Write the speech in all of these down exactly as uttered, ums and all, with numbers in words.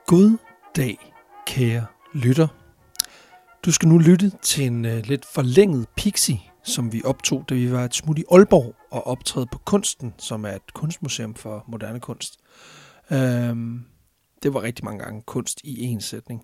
God dag, kære lytter. Du skal nu lytte til en uh, lidt forlænget Pixie, som vi optog, da vi var et smut i Aalborg og optræde på Kunsten, som er et kunstmuseum for moderne kunst. Um, det var rigtig mange gange kunst i en sætning.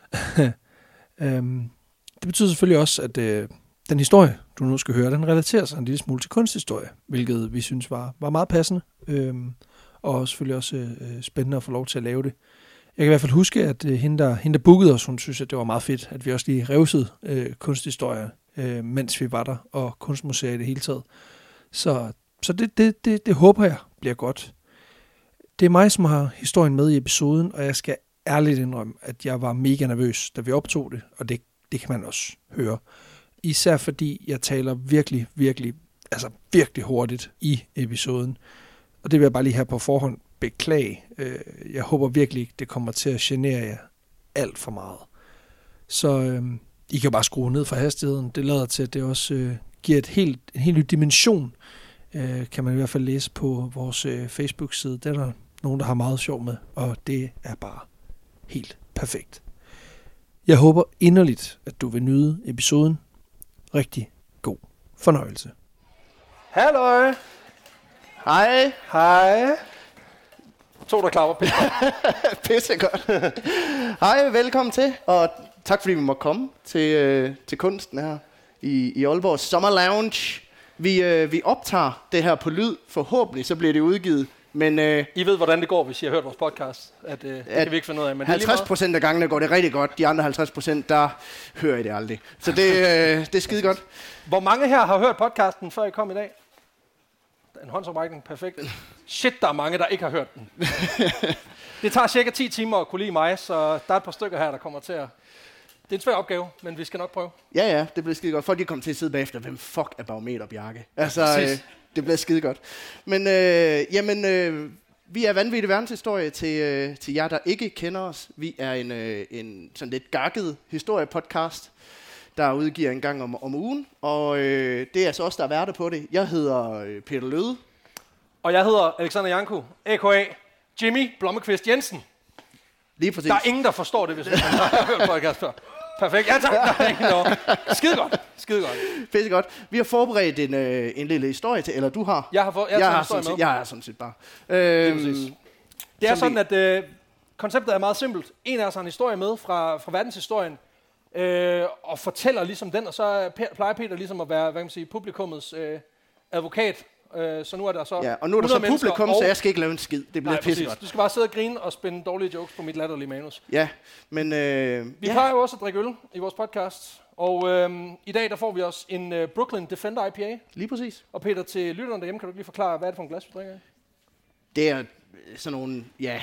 um, det betyder selvfølgelig også, at uh, den historie, du nu skal høre, den relaterer sig en lille smule til kunsthistorie, hvilket vi synes var, var meget passende, um, og selvfølgelig også uh, spændende at få lov til at lave det. Jeg kan i hvert fald huske, at uh, hende, der, hende, der bookede os, hun synes, at det var meget fedt, at vi også lige revsede uh, kunsthistorier, uh, mens vi var der, og kunstmuseer i det hele taget. Så, så det, det, det, det håber jeg bliver godt. Det er mig, som har historien med i episoden, og jeg skal ærligt indrømme, at jeg var mega nervøs, da vi optog det, og det, det kan man også høre. Især fordi jeg taler virkelig, virkelig, altså virkelig hurtigt i episoden. Og det vil jeg bare lige her på forhånd beklage. Jeg håber virkelig ikke, det kommer til at genere jer alt for meget. Så øh, I kan bare skrue ned for hastigheden. Det lader til, at det også øh, giver et helt, en helt ny dimension. Øh, kan man i hvert fald læse på vores øh, Facebook-side. Det er der nogen, der har meget sjov med, og det er bare helt perfekt. Jeg håber inderligt, at du vil nyde episoden. Rigtig god fornøjelse. Hallo. Hej. Hej. To, der klapper pisse godt. Pisse godt. Hej, velkommen til, og tak fordi vi måtte komme til, øh, til kunsten her i, i Aalborg Sommer Lounge. Vi, øh, vi optager det her på lyd, forhåbentlig så bliver det udgivet. Men, øh, I ved, hvordan det går, hvis I har hørt vores podcast. At, øh, det kan vi ikke finde ud af. Men halvtreds procent af gangene går det rigtig godt. De andre halvtreds procent, der hører I det aldrig. Så det, øh, det er skide godt. Hvor mange her har hørt podcasten, før I kom i dag? En håndsoprækning, perfekt. Shit, der er mange, der ikke har hørt den. Det tager cirka ti timer at kunne lide mig, så der er et par stykker her, der kommer til at... Det er en svær opgave, men vi skal nok prøve. Ja, ja, det bliver skide godt. Folk de kommer til at sidde bagefter. Hvem fuck er Barometer Bjarke? Altså, ja, øh, det bliver skide godt. Men, øh, jamen, øh, vi er vanvittig verdenshistorie til, øh, til jer, der ikke kender os. Vi er en, øh, en sådan lidt gakket historiepodcast, der udgiver en gang om, om ugen. Og øh, det er altså også der er værte på det. Jeg hedder øh, Peter Løde. Og jeg hedder Alexander Janku, a k a. Jimmy Blommekvist Jensen. Lige præcis. Der er ingen, der forstår det, hvis man har hørt podcast før. Perfekt. Ja, tak. Der er ingen over. Skide godt. Skide godt. Pisse godt. Vi har forberedt en, øh, en lille historie til, eller du har. Jeg har, for, jeg jeg har, har sådan set, med. jeg er sådan set bare. Øhm, det, det er sådan, at øh, konceptet er meget simpelt. En af os har en historie med fra, fra verdenshistorien, øh, og fortæller ligesom den, og så plejer Peter ligesom at være, hvad kan man sige, publikummets øh, advokat. Øh, så nu er der så ja, og nu er der så publikum, og, så jeg skal ikke lave en skid. Det bliver pisse godt. Du skal bare sidde og grine og spænde dårlige jokes på mit latterlige manus. Ja, men øh, vi ja. plejer jo også at drikke øl i vores podcast, og øh, i dag der får vi også en øh, Brooklyn Defender I P A. Lige præcis. Og Peter, til lytterne derhjemme, kan du lige forklare, hvad er det for en glas, vi drikker af? Det er sådan nogle, ja...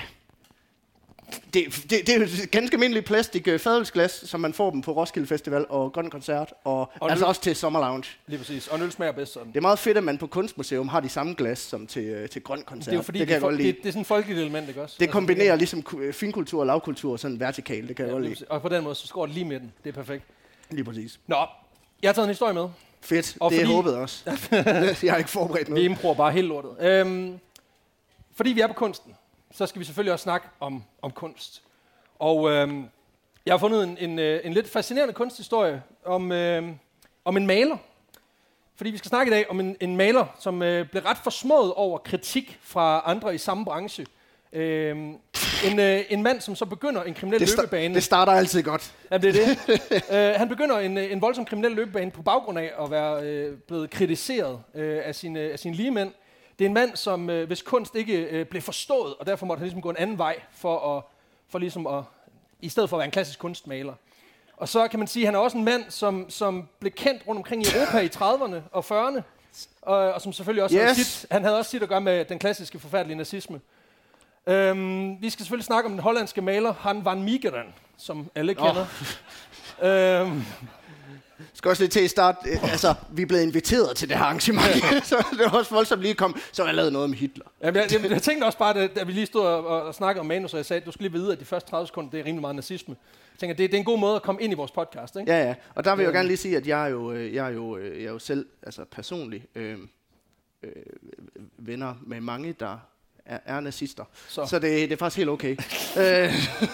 Det, det, det er jo et ganske almindeligt plastik øh, fadølsglas, som man får dem på Roskilde Festival og Grøn Koncert, og, og altså øl. Også til Sommer Lounge. Lige præcis, og en øl smager bedst sådan. Det er meget fedt, at man på Kunstmuseum har de samme glas som til, øh, til Grøn Koncert. Det er jo fordi, det, det, for, det, det er sådan et folkeligt element, ikke også? Det kombinerer altså, ligesom finkultur og lavkultur sådan vertikalt, det kan ja, jeg godt lide. Og på den måde, så skår det lige med den. Det er perfekt. Lige præcis. Nå, jeg har taget en historie med. Fedt, og det fordi, er håbet også. Jeg har ikke forberedt noget. Vi improver bare helt lortet. Øhm, fordi vi er på kunsten, så skal vi selvfølgelig også snakke om, om kunst. Og øh, jeg har fundet en, en, en lidt fascinerende kunsthistorie om, øh, om en maler. Fordi vi skal snakke i dag om en, en maler, som øh, blev ret forsmået over kritik fra andre i samme branche. Øh, en, øh, en mand, som så begynder en kriminel det sta- løbebane. Det starter altid godt. Ja, det er det. øh, han begynder en, en voldsom kriminel løbebane på baggrund af at være øh, blevet kritiseret øh, af, sine, af sine ligemænd. Det er en mand, som øh, hvis kunst ikke øh, blev forstået, og derfor måtte han ligesom gå en anden vej for at for ligesom at, i stedet for at være en klassisk kunstmaler. Og så kan man sige, at han er også en mand, som, som blev kendt rundt omkring i Europa i trediverne og fyrrerne, og, og som selvfølgelig også yes. havde sit, han havde også sit at gøre med den klassiske forfærdelige nazisme. Øhm, vi skal selvfølgelig snakke om den hollandske maler, Han van Meegeren, som alle kender. Oh. øhm, skal også lige til at starte, altså, vi er blevet inviteret til det her arrangement, så det var også voldsomt lige at komme, så har jeg lavet noget med Hitler. Jamen, jeg, jeg, jeg tænkte også bare, da, da vi lige stod og, og snakkede om manus, og jeg sagde, at du skal lige vide, at de første tredive sekunder, det er rimelig meget nazisme. Jeg tænker, det, det er en god måde at komme ind i vores podcast, ikke? Ja, ja, og der vil jeg jo gerne lige sige, at jeg er jo, jeg er jo, jeg er jo selv, altså personligt, øh, øh, venner med mange, der er, er nazister. Så, så det, det er faktisk helt okay. øh,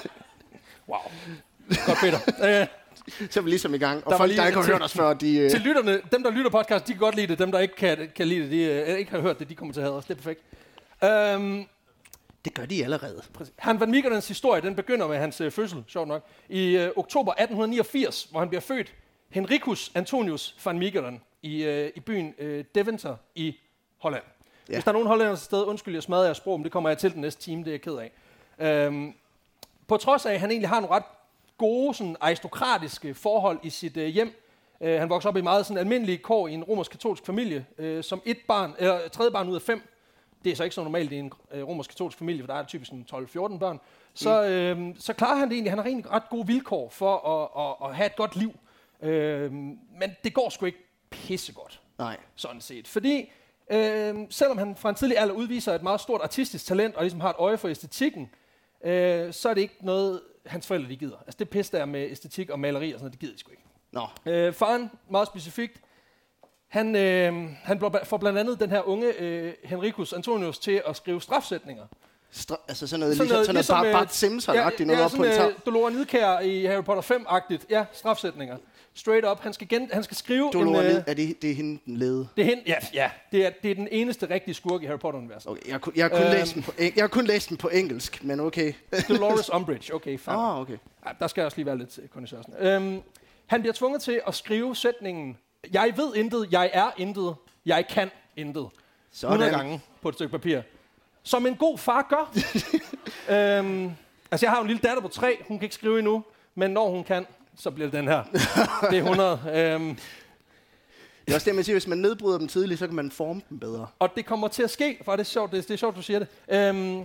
wow. Godt, Peter. Øh, så er vi ligesom i gang. Og der folk, lige, der ikke har hørt os før, de... Øh... Til lytterne, dem der lytter podcast, de kan godt lide det. Dem der ikke kan, kan lide det, de øh, ikke har hørt det, de kommer til at have os. Det er perfekt. Øhm, det gør de allerede. Præcis. Han van Miekerens historie, den begynder med hans øh, fødsel, sjovt nok, i øh, oktober atten niogfirs, hvor han bliver født Henricus Antonius van Miegeren i, øh, i byen øh, Deventer i Holland. Ja. Hvis der er nogen hollænder til stede, undskyld, jeg smadrer jeres sprog, men det kommer jeg til den næste time, det er jeg ked af. Øhm, på trods af, at han egentlig har nogle ret gode, sådan, aristokratiske forhold i sit øh, hjem. Øh, han vokser op i meget sådan, almindelige kår i en romersk-katolsk familie, øh, som et barn, eller tredje barn ud af fem. Det er så ikke så normalt i en øh, romersk-katolsk familie, for der er typisk tolv fjorten børn. Så, øh, så klarer han det egentlig. Han har egentlig ret gode vilkår for at, at, at have et godt liv. Øh, men det går sgu ikke pissegodt. Nej. Sådan set. Fordi øh, selvom han fra en tidlig alder udviser et meget stort artistisk talent, og ligesom har et øje for æstetikken, øh, så er det ikke noget, hans forældre de gider. Altså det pisse der med æstetik og maleri og sådan noget, det gider de sgu ikke. Nå. Øh, faren, meget specifikt, han, øh, han får blandt andet den her unge øh, Henricus Antonius til at skrive strafsætninger. Stra- altså sådan noget, sådan ligesom, noget, sådan noget ligesom, Bart Simpson-agtigt, ja, noget ja, op på en sådan, tag. øh, Dolores Nidkjær i Harry Potter fem-agtigt. Ja, strafsætninger. Straight up. Han skal, gen- han skal skrive Dolores en... Nid, er det, det er hende, den lede? Det er hende, ja, ja. Det er, det er den eneste rigtige skurk i Harry Potter-universet. Okay, jeg, jeg, har kun øhm, læst den på, jeg har kun læst den på engelsk, men okay. Dolores Umbridge, okay, fair. Ah, okay. Ja, der skal jeg også lige være lidt kondensørsen. Øhm, han bliver tvunget til at skrive sætningen, jeg ved intet, jeg er intet, jeg kan intet. Sådan. hundrede gange på et stykke papir. Som en god far gør. øhm, altså, jeg har jo en lille datter på tre, hun kan ikke skrive endnu, men når hun kan, så bliver det den her. Det er hundrede. Øhm, det er også det, man siger, hvis man nedbryder dem tidligt, så kan man forme dem bedre. Og det kommer til at ske, for det er sjovt, det, det er sjovt du siger det. Øhm,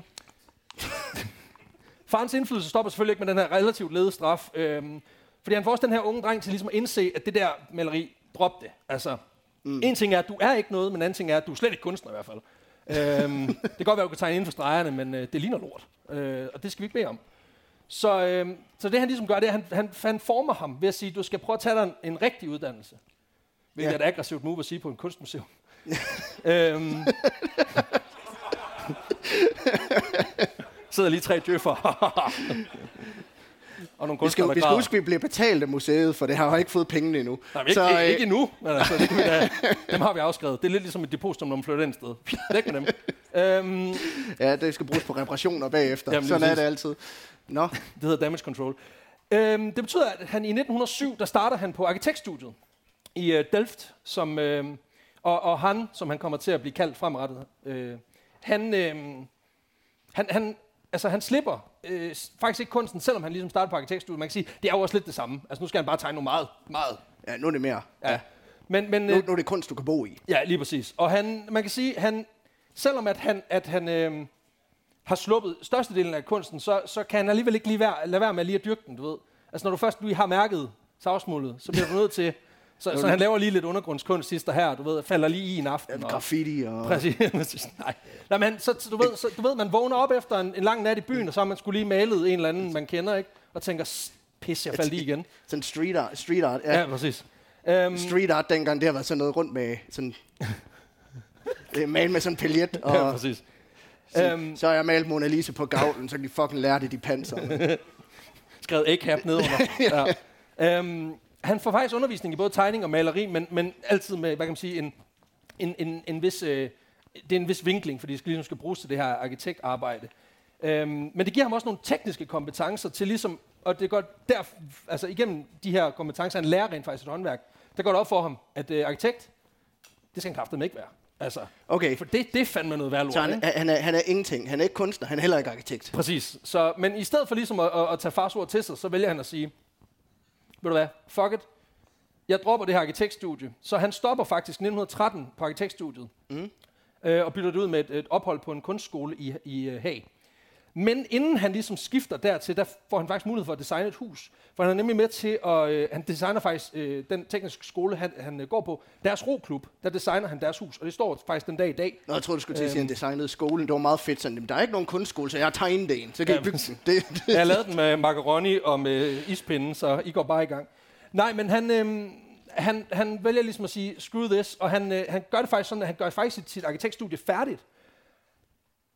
farens indflydelse stopper selvfølgelig ikke med den her relativt lede straf, øhm, fordi han får også den her unge dreng til ligesom at indse, at det der maleri, drop det. Altså, mm. en ting er, at du er ikke noget, men en anden ting er, at du er slet ikke kunstner i hvert fald. øhm, det kan godt være, at du kan tegne inden for stregerne, men øh, det ligner lort, øh, og det skal vi ikke bede om. Så, øh, så det han ligesom gør, det er, at han, han, han former ham ved at sige, du skal prøve at tage dig en, en rigtig uddannelse. Hvilket ja. er et aggressivt move at sige på en kunstmuseum. øhm, sidder lige tre djøffer. Og nogle vi skal, kunstnere, vi skal huske, at vi bliver betalt af museet, for det har jo ikke fået pengene endnu. Nej, ikke, så, ikke, øh, ikke endnu, men altså, det kan vi da, dem har vi afskrevet. Det er lidt ligesom et depositum, når man flytter ind sted. Væk med dem. Øhm, ja, det skal bruges på reparationer bagefter. Jamen, sådan er det altid. Nå. Det hedder damage control. Øhm, det betyder, at han i nitten hundrede og syv, der starter han på arkitektstudiet i øh, Delft, som, øh, og, og han, som han kommer til at blive kaldt fremrettet, øh, han, øh, han, han, altså, han slipper øh, faktisk ikke kunsten, selvom han ligesom starter på arkitektstudiet. Man kan sige, det er jo også lidt det samme. Altså nu skal han bare tegne noget meget, meget. Ja, nu er det mere. Ja. Ja. Men, men, nu, nu er det kunst, du kan bo i. Ja, lige præcis. Og han, man kan sige, han, selvom at han, at han øh, har sluppet størstedelen af kunsten, så, så kan han alligevel ikke lige være, lade være med lige at dyrke den, du ved. Altså når du først lige har mærket savsmuldet, så bliver du nødt til... Så, så han laver lige lidt undergrundskunst sidst her, du ved, falder lige i en aften. Ja, graffiti og... Præcis. Nej. Nej, men så, så, du ved, så, du ved, man vågner op efter en, en lang nat i byen, og så har man skulle lige malet en eller anden, man kender, ikke? Og tænker, pis, jeg faldt lige igen. Sådan street art, street art, ja. Ja, præcis. Um, street art dengang, det har været sådan noget rundt med sådan... det er malet med sådan en paljet, og... Ja, præcis. Så, um, så har jeg malet Mona Lisa på gavlen, så de fucking lærte de panser. Skrevet A-cap nedenunder. Ja. Um, Han får faktisk undervisning i både tegning og maleri, men, men altid med, hvad kan man sige, en, en, en, en vis, øh, det er en vis vinkling, fordi det skal, ligesom skal bruges til det her arkitektarbejde. Øhm, men det giver ham også nogle tekniske kompetencer til ligesom, og det går der, altså igennem de her kompetencer, han lærer rent faktisk et håndværk, der går det op for ham, at øh, arkitekt, det skal han kraftedeme ikke være. Altså, okay. For det, det fandt man noget værd lort. Så han, han, er, han er ingenting. Han er ikke kunstner, han er heller ikke arkitekt. Præcis. Så, men i stedet for ligesom at, at, at tage fars ord til sig, så vælger han at sige, ved du hvad, fuck it, jeg dropper det her arkitektstudie. Så han stopper faktisk nitten tretten på arkitektstudiet, mm. øh, og bytter det ud med et, et ophold på en kunstskole i, i uh, Haag. Men inden han ligesom skifter dertil, der får han faktisk mulighed for at designe et hus. For han er nemlig med til at, øh, han designer faktisk øh, den tekniske skole, han, han øh, går på, deres roklub, der designer han deres hus, og det står faktisk den dag i dag. Nå, jeg troede, du skulle til at sige, at han designede skolen. Det var meget fedt sådan, der er ikke nogen kunstskole, så jeg har tegnet en, så kan ja, I bygge den. Det, det. Jeg har lavet den med macaroni og med ispinden, så I går bare i gang. Nej, men han, øh, han, han vælger ligesom at sige, screw this, og han, øh, han gør det faktisk sådan, at han gør faktisk sit, sit arkitektstudie færdigt.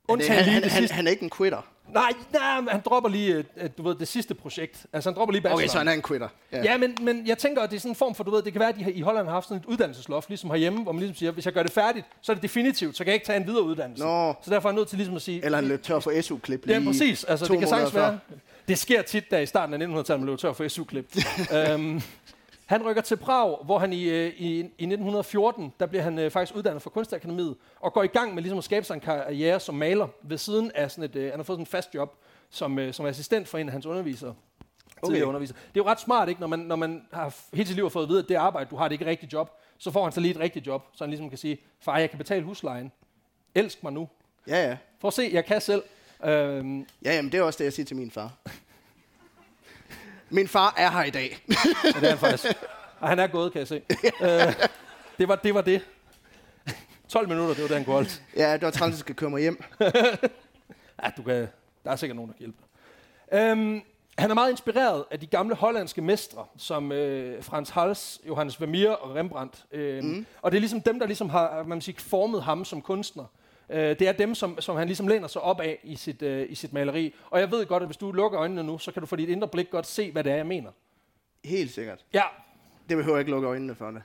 Undtagen han, lige han, det han, sidste. han er ikke en quitter. Nej, nej, han dropper lige, øh, du ved, det sidste projekt. Altså, han dropper lige bacheloren. Okay, så han er en quitter. Ja, ja men, men jeg tænker, at det er sådan en form for, du ved, det kan være, at de i Holland har haft sådan et uddannelsesloft, ligesom herhjemme, hvor man ligesom siger, hvis jeg gør det færdigt, så er det definitivt, så kan jeg ikke tage en videre uddannelse. Nå. Så derfor er jeg nødt til ligesom at sige... Eller han løb tør for S U-klip lige Ja, præcis. Altså, to det kan sagtens måneder være. Det sker tit, da i starten af nitten hundrede-tallet, man løb tør for S U-klip. øhm, han rykker til Prag, hvor han i, øh, i, i nitten fjorten, der bliver han øh, faktisk uddannet fra Kunstakademiet, og går i gang med ligesom at skabe sig en karriere som maler, ved siden af sådan et... Øh, han har fået sådan en fast job, som, øh, som assistent for en af hans undervisere. Okay. Underviser. Det er jo ret smart, ikke? Når man, når man har hele sit liv har fået at vide, at det arbejde, du har, det ikke et rigtigt job, så får han så lige et rigtigt job, så han ligesom kan sige, far, jeg kan betale huslejen. Elsk mig nu. Ja, ja. For at se, jeg kan selv. Øhm. Ja, jamen det er også det, jeg siger til min far. Min far er her i dag. Ja, det er han faktisk. Og han er gået, kan jeg se. øh, det, var, det var det. tolv minutter, det var det, han kunne holde. Ja, det var træls, at skal køre mig hjem. Ja, du kan, der er sikkert nogen, der kan hjælpe. Øhm, han er meget inspireret af de gamle hollandske mestre, som øh, Frans Hals, Johannes Vermeer og Rembrandt. Øh, mm. Og det er ligesom dem, der ligesom har man siger, formet ham som kunstner. Øh, det er dem, som, som han ligesom læner sig op af i sit, øh, i sit maleri. Og jeg ved godt, at hvis du lukker øjnene nu, så kan du for dit indre blik godt se, hvad det er, jeg mener. Helt sikkert. Ja. Det behøver jeg ikke lukke øjnene for det.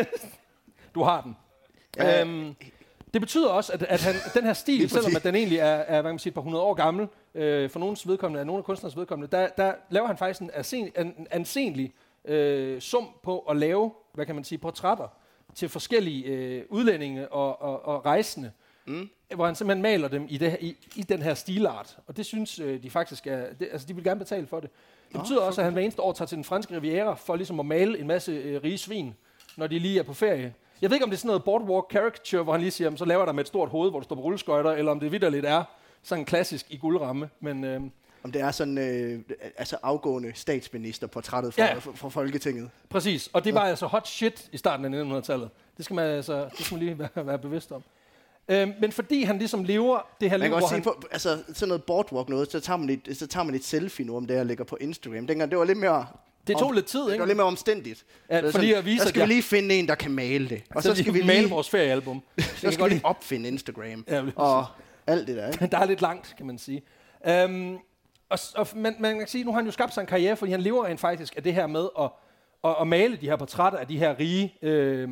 Du har den. Ja. Øhm, det betyder også, at, at han, den her stil, selvom at den egentlig er, er hvad man siger, et par hundrede år gammel, øh, for nogens vedkommende, er nogle af kunstners vedkommende, der, der laver han faktisk en ansen, en ansenlig øh, sum på at lave, hvad kan man sige, portrætter til forskellige øh, udlændinge og, og, og rejsende, mm. hvor han simpelthen maler dem i, det, i, i den her stilart. Og det synes øh, de faktisk er, det, altså de vil gerne betale for det. Det betyder oh, også, at han hver eneste år tager til den franske Riviera for ligesom at male en masse øh, rige svin, når de lige er på ferie. Jeg ved ikke, om det er sådan noget boardwalk caricature, hvor han lige siger, så laver der med et stort hoved, hvor du står på rulleskøjter, eller om det vitterligt er sådan klassisk i guldramme. Men, øh, om det er sådan øh, altså afgående statsministerportrættet fra, ja, fra, fra Folketinget. Præcis, og det var ja. altså hot shit i starten af nitten hundrede-tallet. Det skal man, altså, det skal man lige være, være bevidst om. Øhm, men fordi han ligesom lever det her liv, hvor han... På, altså sådan noget boardwalk noget, så tager man et, så tager man et selfie nu om det, jeg lægger på Instagram. Dengang det var lidt mere... Det tog om, lidt tid, ikke? Det var lidt mere omstændigt. Ja, fordi sådan, at vise, der skal at vi lige finde en, der kan male det. Og så, så skal vi male vores feriealbum. Så skal vi lige opfinde Instagram. Ja, og alt det der, ikke? Der er lidt langt, kan man sige. Um, og, og man, man kan sige, nu har han jo skabt sig en karriere, fordi han lever rent faktisk af det her med at, at, at male de her portrætter af de her rige, øh,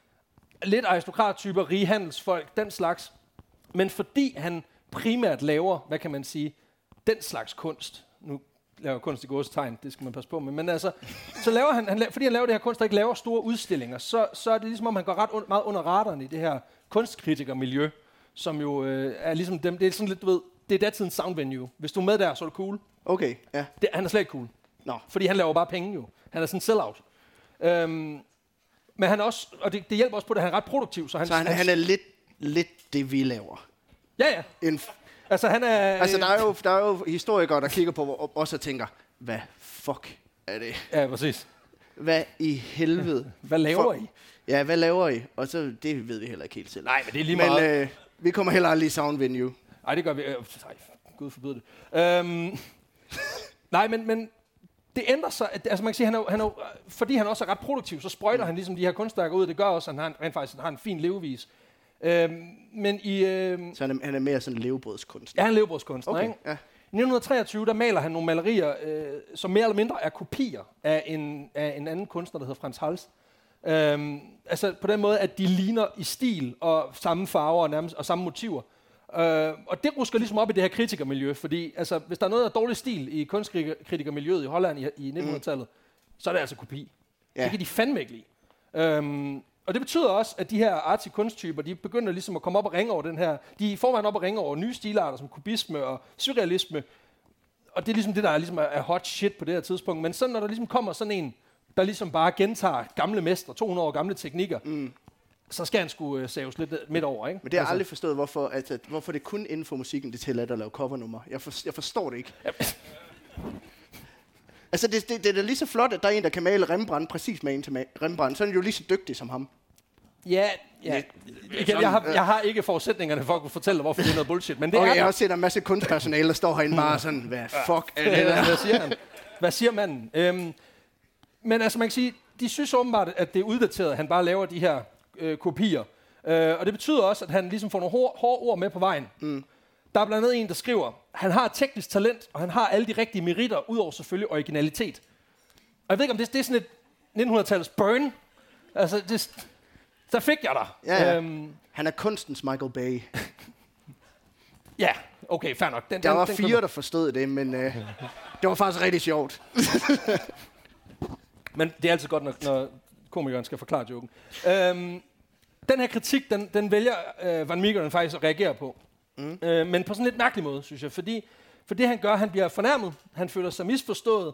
lidt aristokrattyper, rige handelsfolk, den slags. Men fordi han primært laver, hvad kan man sige, den slags kunst, nu laver kunst i gåsetegn, det skal man passe på med, men altså, så laver han, han, fordi han laver det her kunst, der ikke laver store udstillinger, så, så er det ligesom, om han går ret un, meget under radaren i det her kunstkritikermiljø, som jo øh, er ligesom dem, det er sådan lidt, du ved, det er datidens soundvenue. Hvis du er med der, så er du cool. Okay, ja. Det, han er slet ikke cool. Nå. Fordi han laver bare penge jo. Han er sådan sell-out. Øhm, men han er også, og det, det hjælper også på det, han er ret produktiv. Så han, så han, han er lidt, lidt det, vi laver. Ja, ja. En altså, han er... Altså, der er jo, der er jo historikere, der kigger på og også tænker, hvad fuck er det? Ja, præcis. Hvad i helvede? Hvad laver For, I? Ja, hvad laver I? Og så, det ved vi heller ikke helt selv. Nej, men det er lige men, meget... Men øh, vi kommer heller aldrig i soundvenue. Nej, det gør vi. Øh, nej, Gud forbyde det. Øhm, nej, men, men det ændrer sig. At, altså man kan sige, han er, han er, fordi han også er ret produktiv, så sprøjter mm. han ligesom de her kunstværker ud. Det gør også, at han har, rent faktisk har en fin levevis. Øhm, men i... Øhm, så han er, han er mere sådan en levebrødskunstner? Ja, han er en levebrødskunstner, okay, ikke? Ja. I nitten treogtyve, der maler han nogle malerier, øh, som mere eller mindre er kopier af en, af en anden kunstner, der hedder Frans Hals. Øhm, altså på den måde, at de ligner i stil og samme farver og, nærmest, og samme motiver. Øh, og det rusker ligesom op i det her kritikermiljø, fordi altså, hvis der er noget af dårlig stil i kunstkritikermiljøet i Holland i, i nitten hundrede-tallet, mm. så er det altså kopi. Ja. Det kan de fandme ikke lide. Øhm, og det betyder også, at de her artsy kunsttyper, de begynder ligesom at komme op og ringe over den her, de får man op og ringe over nye stilarter som kubisme og surrealisme, og det er ligesom det, der er, ligesom er hot shit på det her tidspunkt. Men så når der ligesom kommer sådan en, der ligesom bare gentager gamle mestre, to hundrede år gamle teknikker, mm. så skal han sgu uh, saves lidt midt over, ikke? Men det har jeg altså. aldrig forstået, hvorfor, altså, hvorfor det kun inden for musikken, det tillader at lave covernummer. Jeg, for, jeg forstår det ikke. altså, det, det, det er da lige så flot, at der er en, der kan male Rembrandt præcis med en til Rembrandt. Så er han jo lige så dygtig som ham. Ja, ja. Igen, jeg, har, jeg har ikke forudsætninger for at kunne fortælle, hvorfor det er noget bullshit. Men det okay, er jeg har også set en masse kunstpersonale, der står herinde bare sådan, hvad fuck er det der? Hvad siger han? Hvad siger manden? Øhm, men altså, man kan sige, de synes åbenbart, at det er uddateret, at han bare laver de her øh, kopier. Øh, og det betyder også, at han ligesom får nogle hårde, hårde ord med på vejen. Mm. Der er blandt andet en, der skriver, han har teknisk talent, og han har alle de rigtige meritter, udover selvfølgelig originalitet. Og jeg ved ikke, om det, det er sådan et nitten hundrede-tallets burn. Altså, det, der fik jeg dig. Ja, ja. Øhm, Han er kunstens Michael Bay. ja, okay, fair nok. Den, Der den, var den fire, kunne... der forstod det, men øh, det var faktisk rigtig sjovt. Men det er altid godt, når, når komikeren skal forklare joken. Øhm, den her kritik, den, den vælger øh, Van Meegeren faktisk at reagere på. Mm. Øh, men på sådan en lidt mærkelig måde, synes jeg. Fordi for det, han gør, han bliver fornærmet. Han føler sig misforstået.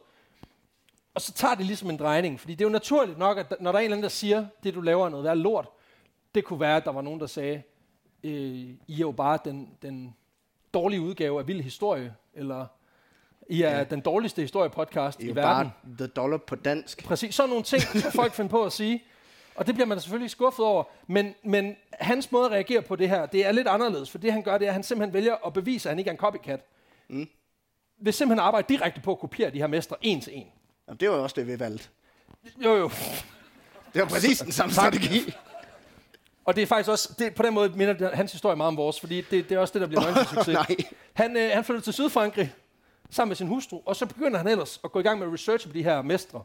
Og så tager det ligesom en drejning. Fordi det er jo naturligt nok, at når der er en eller anden, der siger, det du laver er noget værd lort. Det kunne være, at der var nogen, der sagde, øh, I er jo bare den, den dårlige udgave af Vild Historie. Eller I er ja. den dårligste historiepodcast i, i verden. Bare The Dollar på dansk. Præcis, sådan nogle ting kan folk finde på at sige. Og det bliver man selvfølgelig skuffet over. Men, men hans måde at reagere på det her, det er lidt anderledes. For det han gør, det er, at han simpelthen vælger at bevise, at han ikke er en copycat. Mm. Vil simpelthen arbejde direkte på at kopiere de her mestre en til en. Jamen, det var jo også det, vi valgte. Jo, jo. Det var præcis den samme strategi. Og det er faktisk også, det, på den måde minder hans historie meget om vores, fordi det, det er også det, der bliver nøglen til succes. Nej. Han, øh, han flytter til Sydfrankrig sammen med sin hustru, og så begynder han ellers at gå i gang med research på de her mestre.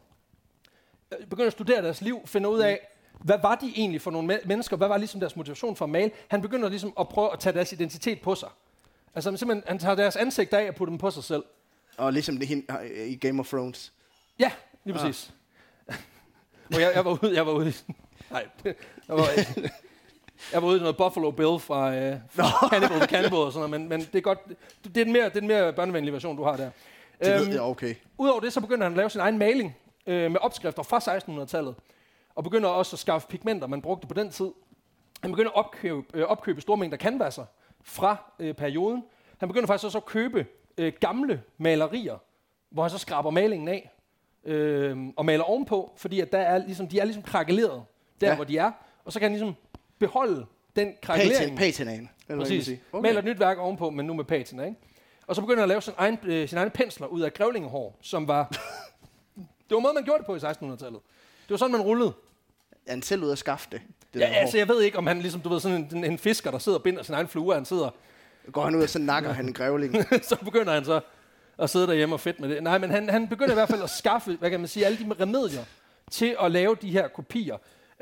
Begynder at studere deres liv, finder ud af, hvad var de egentlig for nogle mennesker, hvad var ligesom deres motivation for at male. Han begynder ligesom at prøve at tage deres identitet på sig. Altså simpelthen, han tager deres ansigt af og putter dem på sig selv. Og ligesom det hin- i Game of Thrones. Ja, lige præcis. Ah. og jeg, jeg var ude, jeg var ude nej, jeg var, jeg var ude i noget Buffalo Bill fra, øh, fra Cannibal the Cannibal og sådan noget, men, men det er godt, det er en mere, det er en mere børnevenlig version, du har der. Det øhm, ved jeg, okay. Udover det, så begynder han at lave sin egen maling øh, med opskrifter fra sekstenhundredetallet, og begynder også at skaffe pigmenter, man brugte på den tid. Han begynder at opkøbe, øh, opkøbe store mængder canvasser fra øh, perioden. Han begynder faktisk også at købe øh, gamle malerier, hvor han så skraber malingen af øh, og maler ovenpå, fordi at der er ligesom, de er ligesom krakeleret der, ja. hvor de er, og så kan han ligesom beholde den krakelering. Patinaen. Præcis. Okay. Maler et nyt værk ovenpå, men nu med patina, ikke? Og så begynder han at lave sin egen, øh, sin egen pensler ud af grævlingehår, som var... det var måde, man gjorde det på i sekstenhundredetallet. Det var sådan, man rullede. Er han selv ud at skaffe det? det ja, altså jeg ved ikke, om han ligesom, du ved, sådan en, en fisker, der sidder og binder sin egen flue, han sidder... Går han ud og så nakker han en grævling? Så begynder han så at sidde derhjemme og fedt med det. Nej, men han, han begynder i hvert fald at skaffe, hvad kan man sige, alle de remedier til at lave de her kopier.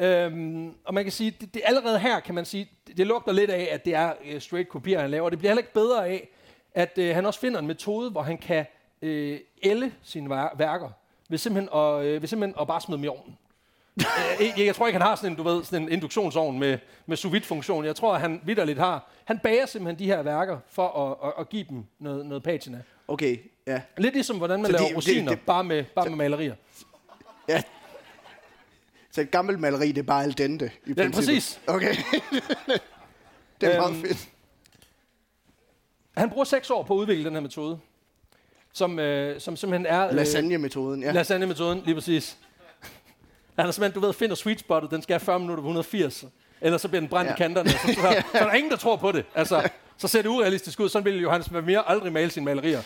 Øhm, og man kan sige, det, det allerede her kan man sige, det, det lugter lidt af, at det er uh, straight kopier, han laver. Og det bliver heller ikke bedre af, at uh, han også finder en metode, hvor han kan uh, ælde sine værker ved simpelthen, at, uh, ved simpelthen at bare smide dem i ovnen. jeg, jeg tror ikke, han har sådan en, du ved, sådan en induktionsovn med, med sous vide-funktion. Jeg tror, at han vitterligt har. Han bager simpelthen de her værker for at, at, at give dem noget, noget patina. Okay, ja. Lidt ligesom, hvordan man så laver det, rosiner, det, det, bare med, bare så, med malerier. Ja. Så et gammelt maleri, det er bare al dente, i ja, princippet. Præcis. Okay. det er øhm, meget fedt. Han bruger seks år på at udvikle den her metode, som, øh, som simpelthen er... Øh, Lasagne-metoden, ja. Lasagne-metoden, lige præcis. Han er simpelthen, du ved, finder sweet spottet, den skal have fyrre minutter på et hundrede og firs. Ellers så bliver den brændt ja. i kanterne. Så, så, så, så er der ingen, der tror på det. Altså, så ser det urealistisk ud. Sådan ville Johannes Vermeer aldrig male sine malerier.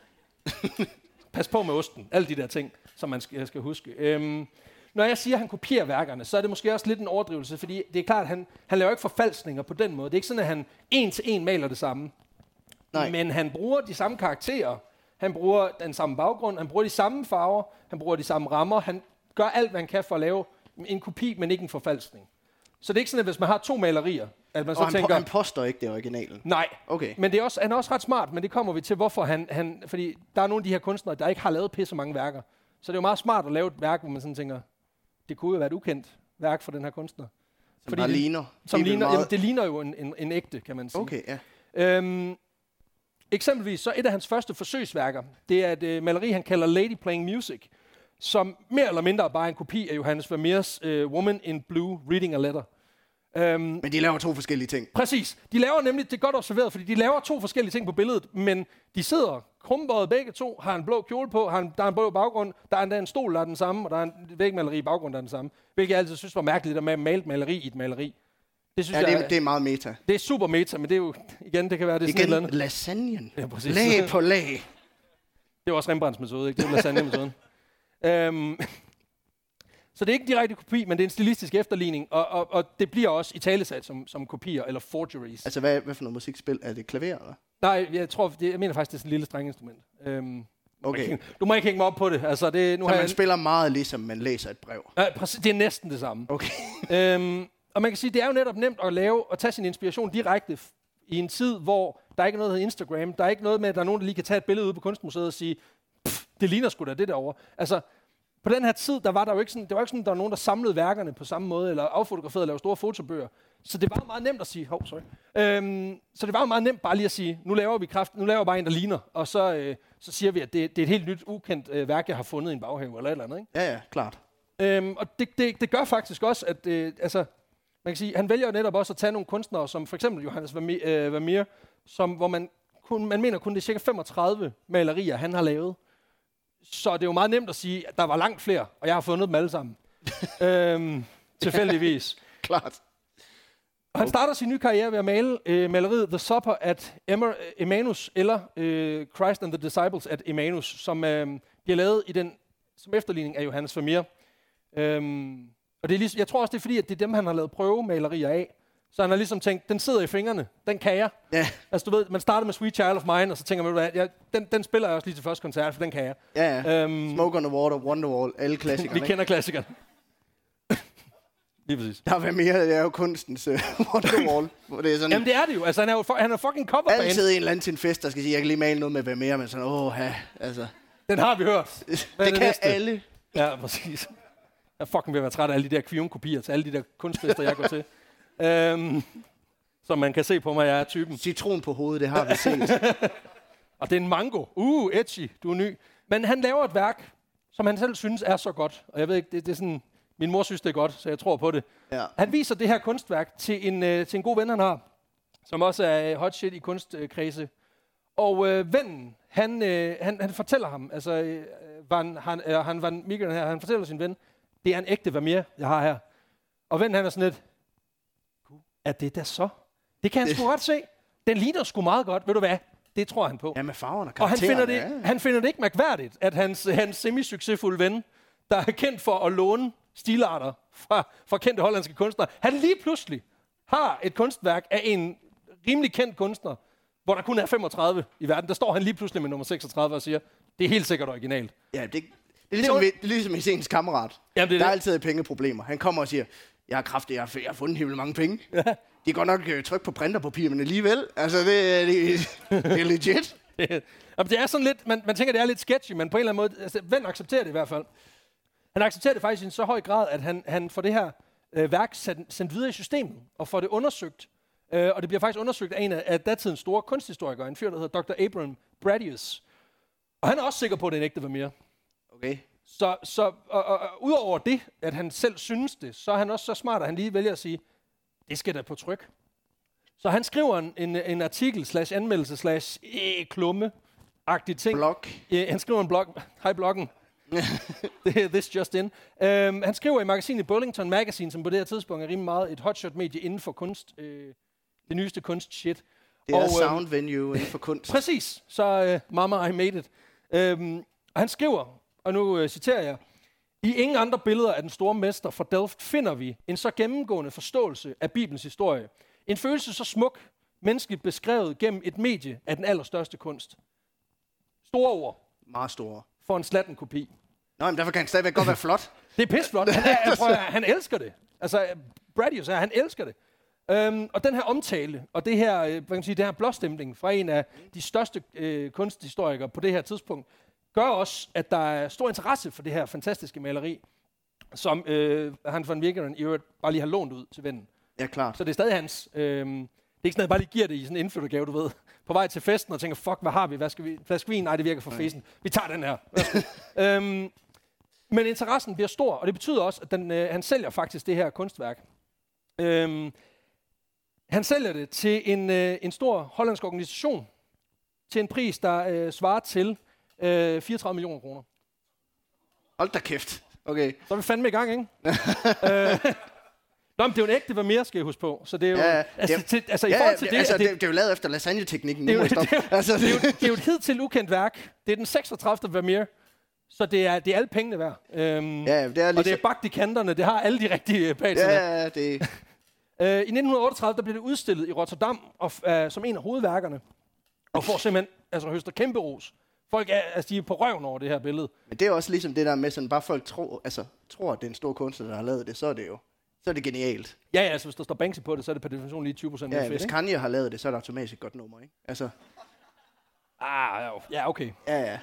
Pas på med osten. Alle de der ting, som man skal, skal huske. Øhm, når jeg siger, at han kopierer værkerne, så er det måske også lidt en overdrivelse, fordi det er klart, at han, han laver ikke forfalskninger på den måde. Det er ikke sådan, at han en til en maler det samme. Nej. Men han bruger de samme karakterer. Han bruger den samme baggrund. Han bruger de samme farver. Han bruger de samme rammer. Han gør alt, hvad han kan for at lave en kopi, men ikke en forfalskning. Så det er ikke sådan, at hvis man har to malerier, at man så og han tænker... Og han påstår ikke det originale? Nej, okay. Men det er også, han er også ret smart, men det kommer vi til, hvorfor han... han fordi der er nogle af de her kunstnere, der ikke har lavet pisse mange værker. Så det er jo meget smart at lave et værk, hvor man sådan tænker, det kunne jo være et ukendt værk for den her kunstner. Som fordi bare det, ligner? Som ligner meget... jamen, det ligner jo en, en, en ægte, kan man sige. Okay, ja. Øhm, eksempelvis, så et af hans første forsøgsværker, det er et øh, maleri, han kalder Lady Playing Music, som mere eller mindre bare er en kopi af Johannes Vermeers uh, Woman in Blue Reading a Letter. Um, men de laver to forskellige ting. Præcis. De laver nemlig, det er godt observeret, fordi de laver to forskellige ting på billedet, men de sidder krumbøjet begge to, har en blå kjole på, har en, der er en blå baggrund, der er endda en stol, der er den samme, og der er en vægmaleri i baggrunden, der er den samme. Hvilket jeg altid synes var mærkeligt, der med at male et maleri i et maleri. Det synes ja, jeg, det, er, det er meget meta. Det er super meta, men det er jo, igen, det kan være, det er igen, sådan et eller andet. Lasagnen. Ja, præcis. Lag på lag. Det er også Rembrandts metode, ikke? Det er lasagnemetoden. øhm, Så det er ikke en direkte kopi, men det er en stilistisk efterligning, og, og, og det bliver også italesat som, som kopier eller forgeries. Altså, hvad, hvad for noget musikspil? Er det klaver, eller? Nej, jeg tror, det, jeg mener faktisk, det er sådan et lille strenginstrument. Øhm, Okay. Du må ikke hænge mig op på det. Altså, det nu så har man jeg... spiller meget ligesom man læser et brev? Ja, præcis, det er næsten det samme. Okay. øhm, og man kan sige, det er jo netop nemt at lave og tage sin inspiration direkte i en tid, hvor der ikke er noget, der hedder Instagram. Der er ikke noget med, at der er nogen, der lige kan tage et billede ude på Kunstmuseet og sige, det ligner sgu da det derovre. Altså, på den her tid, der var der jo ikke sådan, det var ikke sådan, der var nogen, der samlede værkerne på samme måde, eller affotograferede og lavede store fotobøger. Så det var meget nemt at sige, hov, sorry. Øhm, så det var meget nemt bare lige at sige, nu laver vi kraft, nu laver vi bare en, der ligner, og så, øh, så siger vi, at det, det er et helt nyt, ukendt øh, værk, jeg har fundet i en baghave, eller et eller andet, ikke? Ja, ja, klart. Øhm, og det, det, det gør faktisk også, at øh, altså, man kan sige, han vælger jo netop også at tage nogle kunstnere, som for eksempel Johannes Vermeer, øh, Vermeer som, hvor man, kun, man mener kun, det er cirka femogtredive malerier, han har lavet. Så det er jo meget nemt at sige, at der var langt flere, og jeg har fundet dem alle sammen. øhm, tilfældigvis. Klart. Og han starter sin nye karriere ved at male øh, maleriet The Supper at Emma- Emmaus, eller øh, Christ and the Disciples at Emmaus, som øh, bliver lavet i den, som efterligning af Johannes Vermeer. Øhm, og det er ligesom, jeg tror også, det er fordi, at det er dem, han har lavet prøvemalerier af. Så han har ligesom tænkt, den sidder i fingrene, den kan jeg. Ja. Altså du ved, man starter med Sweet Child of Mine, og så tænker man, hvad, ja, den, den spiller jeg også lige til første koncert, for den kan jeg. Ja, ja. Øhm, Smoke on the Water, Wonderwall, alle klassikerne. vi kender klassikerne. Lige præcis. Der er mere, det er jo kunstens uh, Wonderwall. Hvor det er sådan, Jamen det er det jo, altså han er jo for, han er fucking coverband. altid en eller anden til en fest, der skal sige, jeg kan lige male noget med hvad mere, men sådan, åh, ha, altså. Den har vi hørt. Hvad det, er det kan næste? alle. Ja, præcis. Jeg er fucking ved at være træt af alle de der Kvium-kopier til alle de der kunstfester, jeg går til. Øhm, som man kan se på mig, jeg er typen. Citron på hovedet, det har vi set. Og det er en mango. Uh, edgy, du er ny. Men han laver et værk, som han selv synes er så godt. Og jeg ved ikke, det, det er sådan... Min mor synes, det er godt, så jeg tror på det. Ja. Han viser det her kunstværk til en, øh, til en god ven, han har, som også er øh, hot shit i kunstkredse. Og øh, vennen, han, øh, han, han fortæller ham, altså øh, Van, han, øh, han, Van Migeren her, han fortæller sin ven, det er en ægte Vermeer, jeg har her. Og vennen, han er sådan lidt, er det da så? Det kan han sgu godt se. Den ligner sgu meget godt, ved du hvad? Det tror han på. Ja, med farverne og Og han finder, det, ja. han finder det ikke mærkværdigt, at hans, hans semi-succesfulde ven, der er kendt for at låne stilarter fra, fra kendte hollandske kunstnere, han lige pludselig har et kunstværk af en rimelig kendt kunstner, hvor der kun er femogtredive i verden. Der står han lige pludselig med nummer seksogtredive og siger, det er helt sikkert originalt. Ja, det, det, er ligesom, det, er, det er ligesom i ens kammerat. Jamen, det er der er det. altid pengeproblemer. Han kommer og siger, jeg har kraftigt, jeg har, jeg har fundet helt mange penge. Ja. De er godt nok uh, tryk på printerpapir, men alligevel, altså det, det, det er legit. Jamen, det er sådan lidt, man, man tænker, det er lidt sketchy, men på en eller anden måde, altså, ven accepterer det i hvert fald. Han accepterer det faktisk i en så høj grad, at han, han får det her øh, værk sendt, sendt videre i systemet, og får det undersøgt. Øh, og det bliver faktisk undersøgt af en af, af datidens store kunsthistorikere, en fyr, der hedder doktor Abraham Bradius. Og han er også sikker på, at det er en ægte Vermeer. Okay. Så, så og, og, og, udover det, at han selv synes det, så er han også så smart, at han lige vælger at sige, det skal da på tryk. Så han skriver en, en, en artikel, slash anmeldelse, slash øh, klumme-agtig ting. Blog. Øh, han skriver en blog. Hej bloggen. This just in. Um, han skriver i magasinet Burlington Magazine, som på det her tidspunkt er rimelig meget et hotshot-medie inden for kunst. Øh, det nyeste kunst-shit. Det er og, sound venue inden for kunst. Præcis. Så uh, mama, I made it. Um, og han skriver, og nu uh, citerer jeg, i ingen andre billeder af den store mester fra Delft finder vi en så gennemgående forståelse af Bibelens historie. En følelse så smuk, menneskeligt beskrevet gennem et medie af den allerstørste kunst. Store ord. Meget store. For en slatten kopi. Nå, men derfor kan han stadigvæk godt være flot. Det er pisseflot. Han, er, jeg tror, jeg, han elsker det. Altså, Bradius er, han elsker det. Um, og den her omtale, og det her, øh, hvad kan man sige, det her blåstemning fra en af de største øh, kunsthistorikere på det her tidspunkt, gør også, at der er stor interesse for det her fantastiske maleri, som øh, han von Virkeren i øvrigt bare lige har lånt ud til vennen. Ja, klart. Så det er stadig hans. Um, det er ikke sådan, at jeg bare lige giver det i sådan en indflyttergave, du ved. På vej til festen og tænker, fuck, hvad har vi? Hvad skal vi? Flaske vin? Nej, det virker for fesen. Vi tager den her. um, men interessen bliver stor, og det betyder også, at den, øh, han sælger faktisk det her kunstværk. Um, han sælger det til en, øh, en stor hollandsk organisation, til en pris, der øh, svarer til øh, fireogtredive millioner kroner. Hold da kæft. Okay. Så er vi fandme i gang, ikke? øh, Nå, men det er jo en ægte Vermeer, skal jeg huske på. Så det er jo... Ja, altså, det, til, altså ja, i forhold til det, det... altså, det, det, det er jo lavet efter lasagne-teknikken. Det er, jo, Nu det, må det, altså, det, er jo, det er jo et hidtil ukendt værk. Det er den seksogtredivte Vermeer. Så det er, det er alle pengene værd. Øhm, Ja, det er lige og det er bagt i kanterne. Det har alle de rigtige patina. Ja, ja, det... Øh, I nitten otteogtredive der blev det udstillet i Rotterdam og, uh, som en af hovedværkerne. Og får simpelthen altså, høster kæmpe ros. Folk er, altså, de er på røven over det her billede. Men det er også ligesom det der med, sådan bare folk tror, altså, tror, at det er en stor kunstner, der har lavet det, så er det jo så er det genialt. Ja, ja, altså hvis der står Banksy på det, så er det per definition lige tyve procent. Ja, fedt, hvis ikke? Kanye har lavet det, så er det automatisk et godt nummer, ikke? Altså, Ah, ja, okay. ja, ja.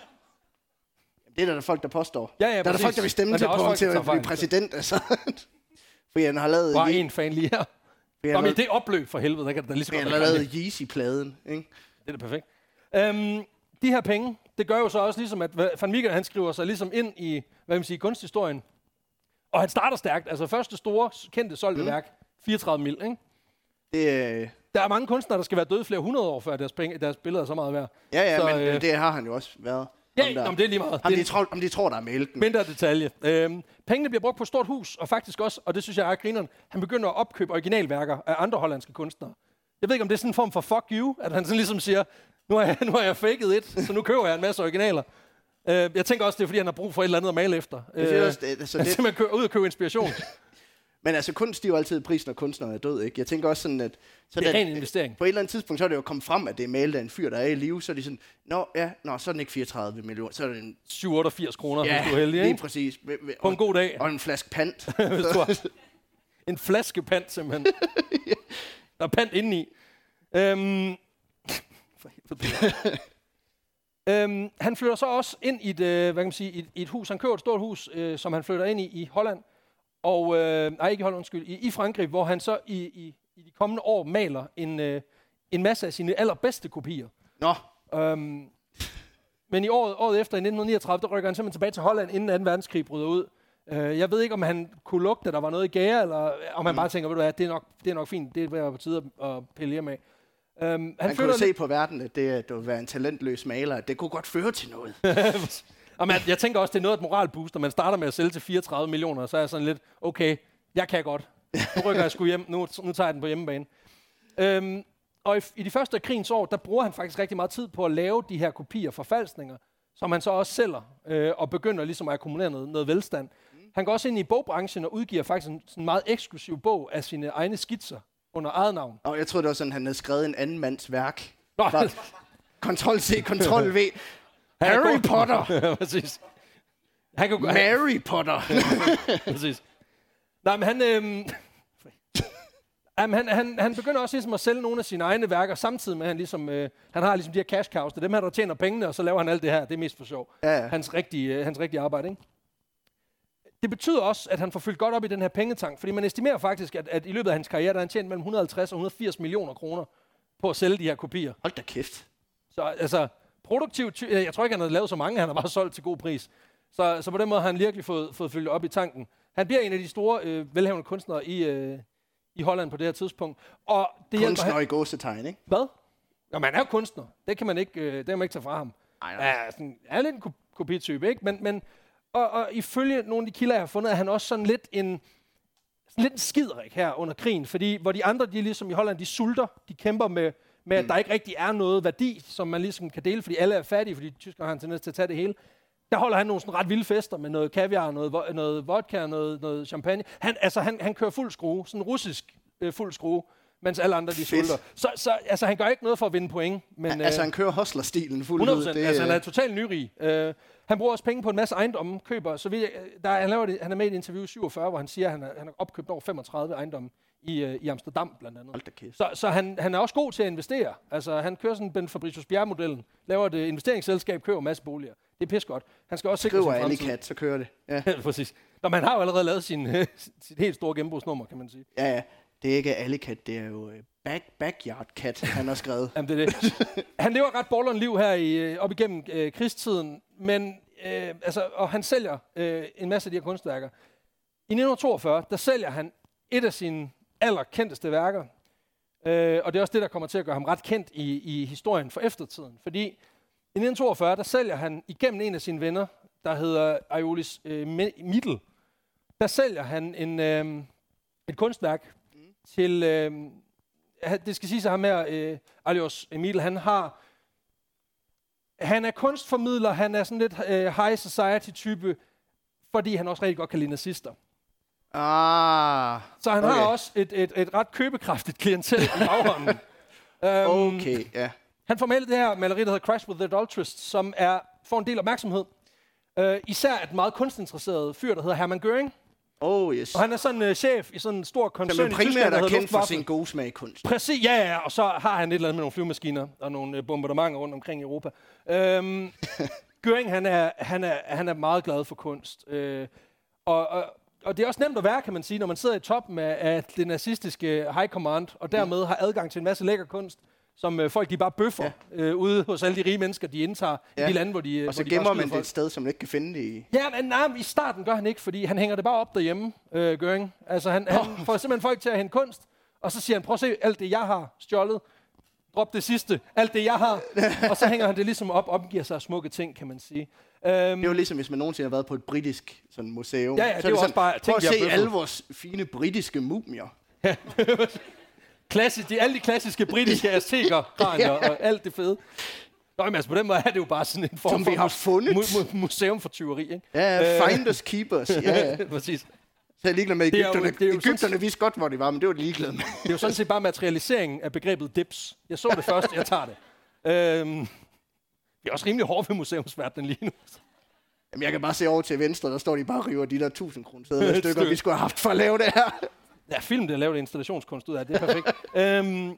Det er der, der folk, der påstår. Ja, ja, der er der præcis. folk, der vil stemme Men til der er på også ham folk, til der tager at blive fejl. præsident, altså. Fordi han har lavet... Bare Ye- en fan lige her. fordi han Nå, har- men det opløb for helvede, der kan det da lige så fordi godt han har være lavet Kanye. Yeezy-pladen, ikke? Det er da perfekt. Øhm, de her penge, det gør jo så også ligesom, at Van Miekel, han skriver sig ligesom ind i, hvad man siger, kunsthistorien. Og han starter stærkt. Altså første store, kendte, solgte mm. værk, fireogtredive mil, ikke? Det, øh, Der er mange kunstnere, der skal være døde flere hundrede år, før deres, penge, deres billeder er så meget værd. ja, ja, Så, men øh, øh, det har han jo også været. Ja, Ham der- nå, men det er lige meget. Ham, Det de, er tror, om de tror, der er mælken. mindre detalje. Øhm, pengene bliver brugt på et stort hus, og faktisk også, og det synes jeg er grineren, han begynder at opkøbe originalværker af andre hollandske kunstnere. Jeg ved ikke, om det er sådan en form for fuck you, at han sådan ligesom siger, nu har jeg, nu har jeg faked it, så nu køber jeg en masse originaler. Øh, jeg tænker også, det er, fordi han har brug for et eller andet at male efter. Øh, Det er også, det, altså, han det, simpelthen køber ud og købe inspiration. men altså, kunst stiger jo altid prisen, når kunstneren er død, ikke? Jeg tænker også sådan, at... Så Det er da- ren investering. På et eller andet tidspunkt, så er det jo kommet frem, at det er malet af en fyr, der er i live, så er de sådan, nå, ja, nå, så er den ikke fireogtredive millioner, så er det en... syv hundrede og otteogfirs kroner, Ja, hvis du er heldig, lige ikke? præcis. På en god dag. Og en flaske pant. Hvis du har en flaske pant, simpelthen. Der er pant indeni. Øhm, for helvede. øhm, han flytter så også ind i et, øh, hvad kan man sige, i et, i et hus. Han køber et stort hus, øh, som han flytter ind i i Holland. Og, øh, nej, ikke i Holland, undskyld. I, i Frankrig, hvor han så i, i, i de kommende år maler en, øh, en masse af sine allerbedste kopier. Nå, Øhm, men i året, året efter, i nitten niogtredive, der rykker han simpelthen tilbage til Holland, inden anden verdenskrig bryder ud. Øh, jeg ved ikke, om han kunne lugte, at der var noget i gære, eller om han Mm. bare tænker, ved du hvad, det er nok, det er nok fint, det er på tide at, at pille hjem af. Øhm, han han kunne flytter jo se på verden, at det, at det ville være en talentløs maler, at det kunne godt føre til noget. lidt. Og man, jeg tænker også, det er noget af et moralbooster. Man starter med at sælge til fireogtredive millioner, og så er jeg sådan lidt, okay, jeg kan godt. Nu rykker jeg sgu hjem, nu, nu tager jeg den på hjemmebane. Øhm, og i, i de første af krigens år, der bruger han faktisk rigtig meget tid på at lave de her kopier, forfalskninger, som han så også sælger, øh, og begynder ligesom at akkumulere noget, noget velstand. Han går også ind i bogbranchen og udgiver faktisk en sådan meget eksklusiv bog af sine egne skitser under eget navn. Og jeg troede, det var sådan, at han havde skrevet en anden mands værk. Nå, Bare Ctrl-C, Ctrl-V. han er Harry god. Potter. Ja, præcis. Han kan, han, Mary Potter. præcis. Nej, men han, øhm, jamen, han, han, han begynder også ligesom at sælge nogle af sine egne værker, samtidig med, at han, ligesom, øh, han har ligesom de her cash cows. Det er dem her, der tjener pengene, og så laver han alt det her. Det er mest for sjov. Ja, ja. Hans rigtige, øh, hans rigtige arbejde, ikke? Det betyder også, at han får fyldt godt op i den her pengetank, fordi man estimerer faktisk, at, at i løbet af hans karriere, der har han tjent mellem et hundrede og halvtreds og et hundrede og firs millioner kroner på at sælge de her kopier. Hold da kæft. Så altså, produktivt, ty- jeg tror ikke, han har lavet så mange, han har bare solgt til god pris. Så, så på den måde har han virkelig fået, fået fyldt op i tanken. Han bliver en af de store, øh, velhavende kunstnere i, øh, i Holland på det her tidspunkt. Og det hjælper Kunstner han. i gåsetegn, ikke? Hvad? Jamen, han er jo kunstner. Det kan man ikke, øh, det kan man ikke tage fra ham. Ej, nej. Ja, sådan, han er lidt en ko- kopitype, ikke? Men, men og, og ifølge nogle af de kilder, jeg har fundet, er han også sådan lidt en, sådan lidt en skiderik her under krigen. Fordi hvor de andre, de er ligesom i Holland, de sulter, de kæmper med, med at Mm. der ikke rigtig er noget værdi, som man ligesom kan dele, fordi alle er fattige, fordi tyskerne har en tendens til at tage det hele. Der holder han nogle sådan ret vilde fester med noget kaviar, noget, vo- noget vodka, noget, noget champagne. Han, altså, han, han kører fuld skrue, sådan russisk øh, fuld skrue, mens alle andre de Fedt. sulter. Så, så altså, han gør ikke noget for at vinde point. Men, Altså, øh, han kører hustler-stilen fuldt hundrede ud. procent. Det, Altså, han er totalt nyrig. Uh, han bruger også penge på en masse ejendomme, køber. Så vidt jeg, der, han, laver det, han er med i et interview i syvogfyrre, hvor han siger, at han, er, han har opkøbt over femogtredive ejendomme i, uh, i Amsterdam, blandt andet. Hold da kæft. Så, så han, han er også god til at investere. Altså, han kører sådan Ben Fabricius Bjerre-modellen, laver et uh, investeringsselskab, køber en masse boliger. Det er pis godt. Han skal også sikre Skriver sin alle fremtid. kat, så kører det. Ja. Ja, præcis. Nå, men han har jo allerede lavet sin, uh, sit helt store gennembrugsnummer, kan man sige. ja, ja. Det er ikke alle kat, det er jo øh, back, Backyard Cat, han har skrevet. Jamen, det er det. Han lever ret balleren liv her i, øh, op igennem øh, krigstiden, men øh, altså, og han sælger øh, en masse af de her kunstværker. I nitten toogfyrre, der sælger han et af sine allerkendteste værker, øh, og det er også det, der kommer til at gøre ham ret kendt i, i historien for eftertiden. Fordi i nitten toogfyrre, der sælger han igennem en af sine venner, der hedder Aeolis øh, Mittel, der sælger han en, øh, et kunstværk mm. til... Øh, det skal sige sig ham her, øh, Alois Emil, han har han er kunstformidler, han er sådan lidt øh, high society-type, fordi han også rigtig godt kan lide nazister. Ah, Så han okay. har også et, et, et ret købekraftigt klientel i baghånden. um, Okay, ja. Han får malet det her maleri, der hedder Crash with the Adulterist, som er, får en del opmærksomhed. Uh, især et meget kunstinteresseret fyr, der hedder Hermann Göring. Oh, yes. Og han er sådan uh, chef i sådan en stor koncern i Som Tyskland, primært der er hedder kendt for Luftwaffe. sin gode smag i kunst. Præcis, ja, ja, og så har han et eller andet med nogle flyvemaskiner og nogle uh, bombardementer rundt omkring i Europa. Um, Göring, han er, han, er, han er meget glad for kunst. Uh, og, og, og det er også nemt at være, kan man sige, når man sidder i toppen af, af det nazistiske high command, og dermed mm. har adgang til en masse lækker kunst, som øh, folk de bare bøffer ja. øh, ude hos alle de rige mennesker, de indtager ja. i de lande, hvor de Og så hvor gemmer de man det et sted, som man ikke kan finde det i. Ja, men nej, i starten gør han ikke, fordi han hænger det bare op derhjemme, øh, Göring. Altså, han, oh. han får simpelthen folk til at hente kunst, og så siger han, prøv at se alt det, jeg har stjålet. Drop det sidste. Alt det, jeg har. Og så hænger han det ligesom op, omgiver sig smukke ting, kan man sige. Um, det er jo ligesom, hvis man nogensinde har været på et britisk sådan, museum. Ja, ja, det er jo også bare prøv ting, at se alle vores fine britiske mumier. Ja. Klassisk, de, alle de klassiske britiske azteker ja. og alt det fede. Nå, men altså på den måde er det jo bare sådan en form som for vi har fundet. Mu- mu- museum for tyveri, ikke? Ja, finders keepers. Ja, ja. Præcis. Så jeg ligeglad med Egypterne. Det er jo, Egypterne sådan, vidste godt, hvor de var, men det var de ligeglade med. Det er jo sådan set bare materialiseringen af begrebet dips. Jeg så det først, jeg tager det. Øhm, det er også rimelig hårdt ved museumsverdenen lige nu. Jamen, jeg kan bare se over til venstre, der står de bare og river de der tusind kroner sædler stykker, stykke. vi skulle have haft for at lave det her. Ja, film, der lavede installationskunst ud af det. Det er perfekt. øhm,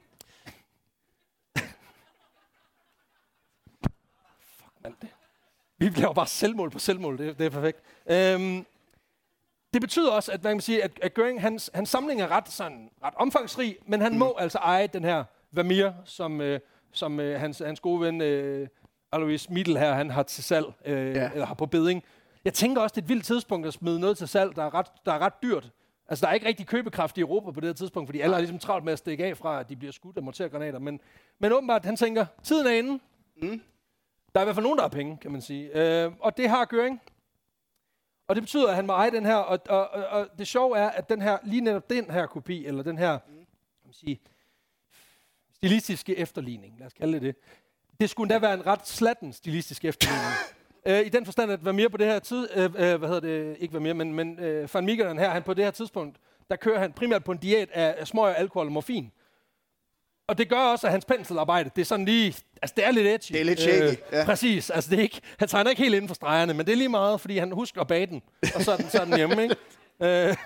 Fuck, mand. Det. Vi laver bare selvmål på selvmål. Det, det er perfekt. Øhm, det betyder også, at man kan sige, at, at Göring, hans, hans samling er ret, sådan, ret omfangsrig, men han mm. må altså eje den her Vermeer, som, øh, som øh, hans, hans gode ven øh, Alois Mittel her, han har til salg, øh, ja. eller har på beding. Jeg tænker også, det er et vildt tidspunkt at smide noget til salg, der er ret, der er ret dyrt. Altså, der er ikke rigtig købekraft i Europa på det her tidspunkt, fordi alle har ligesom travlt med at stikke af fra, at de bliver skudt af mortergranater. Men, men åbenbart, han tænker, tiden er inde. Mm. Der er i hvert fald nogen, der har penge, kan man sige. Øh, og det har Göring. Og det betyder, at han må eje den her. Og, og, og, og det sjove er, at den her, lige netop den her kopi, eller den her mm. kan man sige, stilistiske efterligning, lad os kalde det det, det skulle endda være en ret slatten stilistisk efterligning. Uh, I den forstand, at Vermeer på det her tid, uh, uh, hvad hedder det, ikke Vermeer, men, men uh, Van Meegeren her, han på det her tidspunkt, der kører han primært på en diæt af, af smøger, alkohol og morfin. Og det gør også, at hans penselarbejde, det er sådan lige, altså det er lidt edgy. Det er lidt shaky, uh, ja. Præcis, altså det er ikke, han tegner ikke helt inden for stregerne, men det er lige meget, fordi han husker at bage den, og så er den, så er den hjemme, ikke? Uh,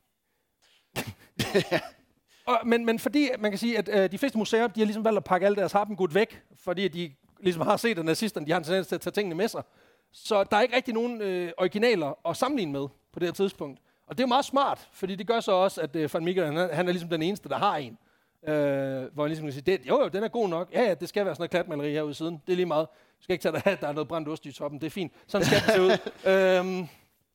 og, men, men fordi, man kan sige, at uh, de fleste museer, de har ligesom valgt at pakke alle deres harpengud væk, fordi de ligesom har set, at nazisterne, de har en tendens til at tage tingene med sig. Så der er ikke rigtig nogen øh, originaler at sammenligne med på det her tidspunkt. Og det er jo meget smart, fordi det gør så også, at øh, Van Meegeren, han, han er ligesom den eneste, der har en. Øh, hvor han ligesom kan sige, det, jo jo, den er god nok. Ja, ja, det skal være sådan noget klatmaleri herude i siden. Det er lige meget. Du skal ikke tage dig af, der er noget brændt ost i toppen. Det er fint. Sådan skal det se ud. øhm,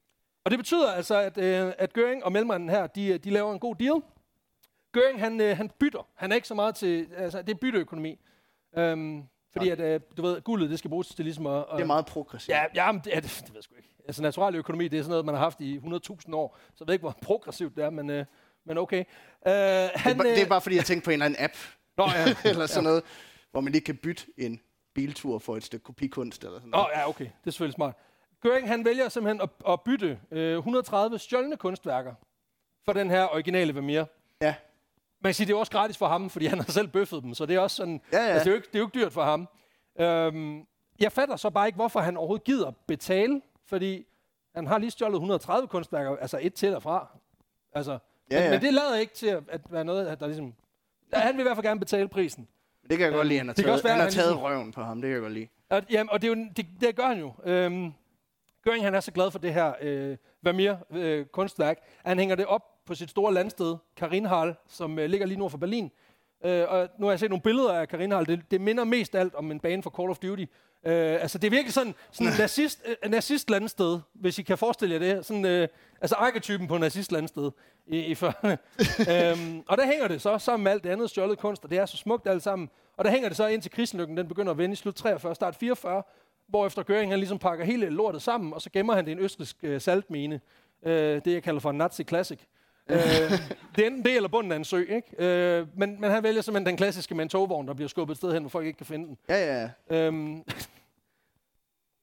og det betyder altså, at, øh, at Göring og Mellmann her, de, de laver en god deal. Göring, han, øh, han bytter. Han er ikke så meget til, altså det er bytteøkonomi. Øhm, Fordi at, øh, du ved, guldet, det skal bruges til ligesom at... Det er meget progressivt. Ja, ja men det, ja, det, det ved jeg sgu ikke. Altså, natural økonomi, det er sådan noget, man har haft i hundrede tusind år. Så jeg ved ikke, hvor progressivt det er, men, øh, men okay. Uh, han, det, er, det er bare, fordi jeg tænkte på en eller anden app. Nå, ja. eller sådan ja. noget, hvor man lige kan bytte en biltur for et stykke kopikunst eller sådan noget. Åh, oh, ja, okay. Det er selvfølgelig smart. Göring, han vælger simpelthen at, at bytte øh, et hundrede og tredive stjålne kunstværker for den her originale Vermeer. Ja. Man kan sige, det er også gratis for ham, fordi han har selv bøffet dem, så det er også sådan... Ja, ja. Altså, det er jo ikke, det er jo ikke dyrt for ham. Øhm, jeg fatter så bare ikke, hvorfor han overhovedet gider betale, fordi han har lige stjålet et hundrede og tredive kunstværker, altså et til og fra. Altså, ja, men, ja. men det lader ikke til at, at være noget, der ligesom... Ja, han vil i hvert fald gerne betale prisen. Det kan jeg godt lide, han har det taget, være, han har taget ligesom, røven på ham, det kan jeg godt lide. Og, jamen, og det, er jo, det, det gør han jo. Øhm, Göring, han er så glad for det her øh, Vermeer-kunstværk, øh, han hænger det op på sit store landsted, Karinhal, som øh, ligger lige nord for Berlin. Øh, og nu har jeg set nogle billeder af Karinhal. Det, det minder mest alt om en bane for Call of Duty. Øh, altså, det er virkelig sådan en nazist, øh, nazist-landsted, hvis I kan forestille jer det. Sådan, øh, altså, arketypen på nazist-landsted i, i fyrrerne. øhm, og der hænger det så sammen med alt det andet stjålet kunst, og det er så smukt alt sammen. Og der hænger det så ind til krigslykken, den begynder at vende i slut treogfyrre, start fireogfyrre, hvorefter Göring, han ligesom pakker hele lortet sammen, og så gemmer han det i en østrigsk øh, saltmine. Øh, det, jeg kalder for en Nazi Classic. øh, det er enten det eller bunden af en sø, ikke? Øh, men, men han vælger simpelthen den klassiske med en togvogn, der bliver skubbet et sted hen, hvor folk ikke kan finde den. Ja, ja. Øhm,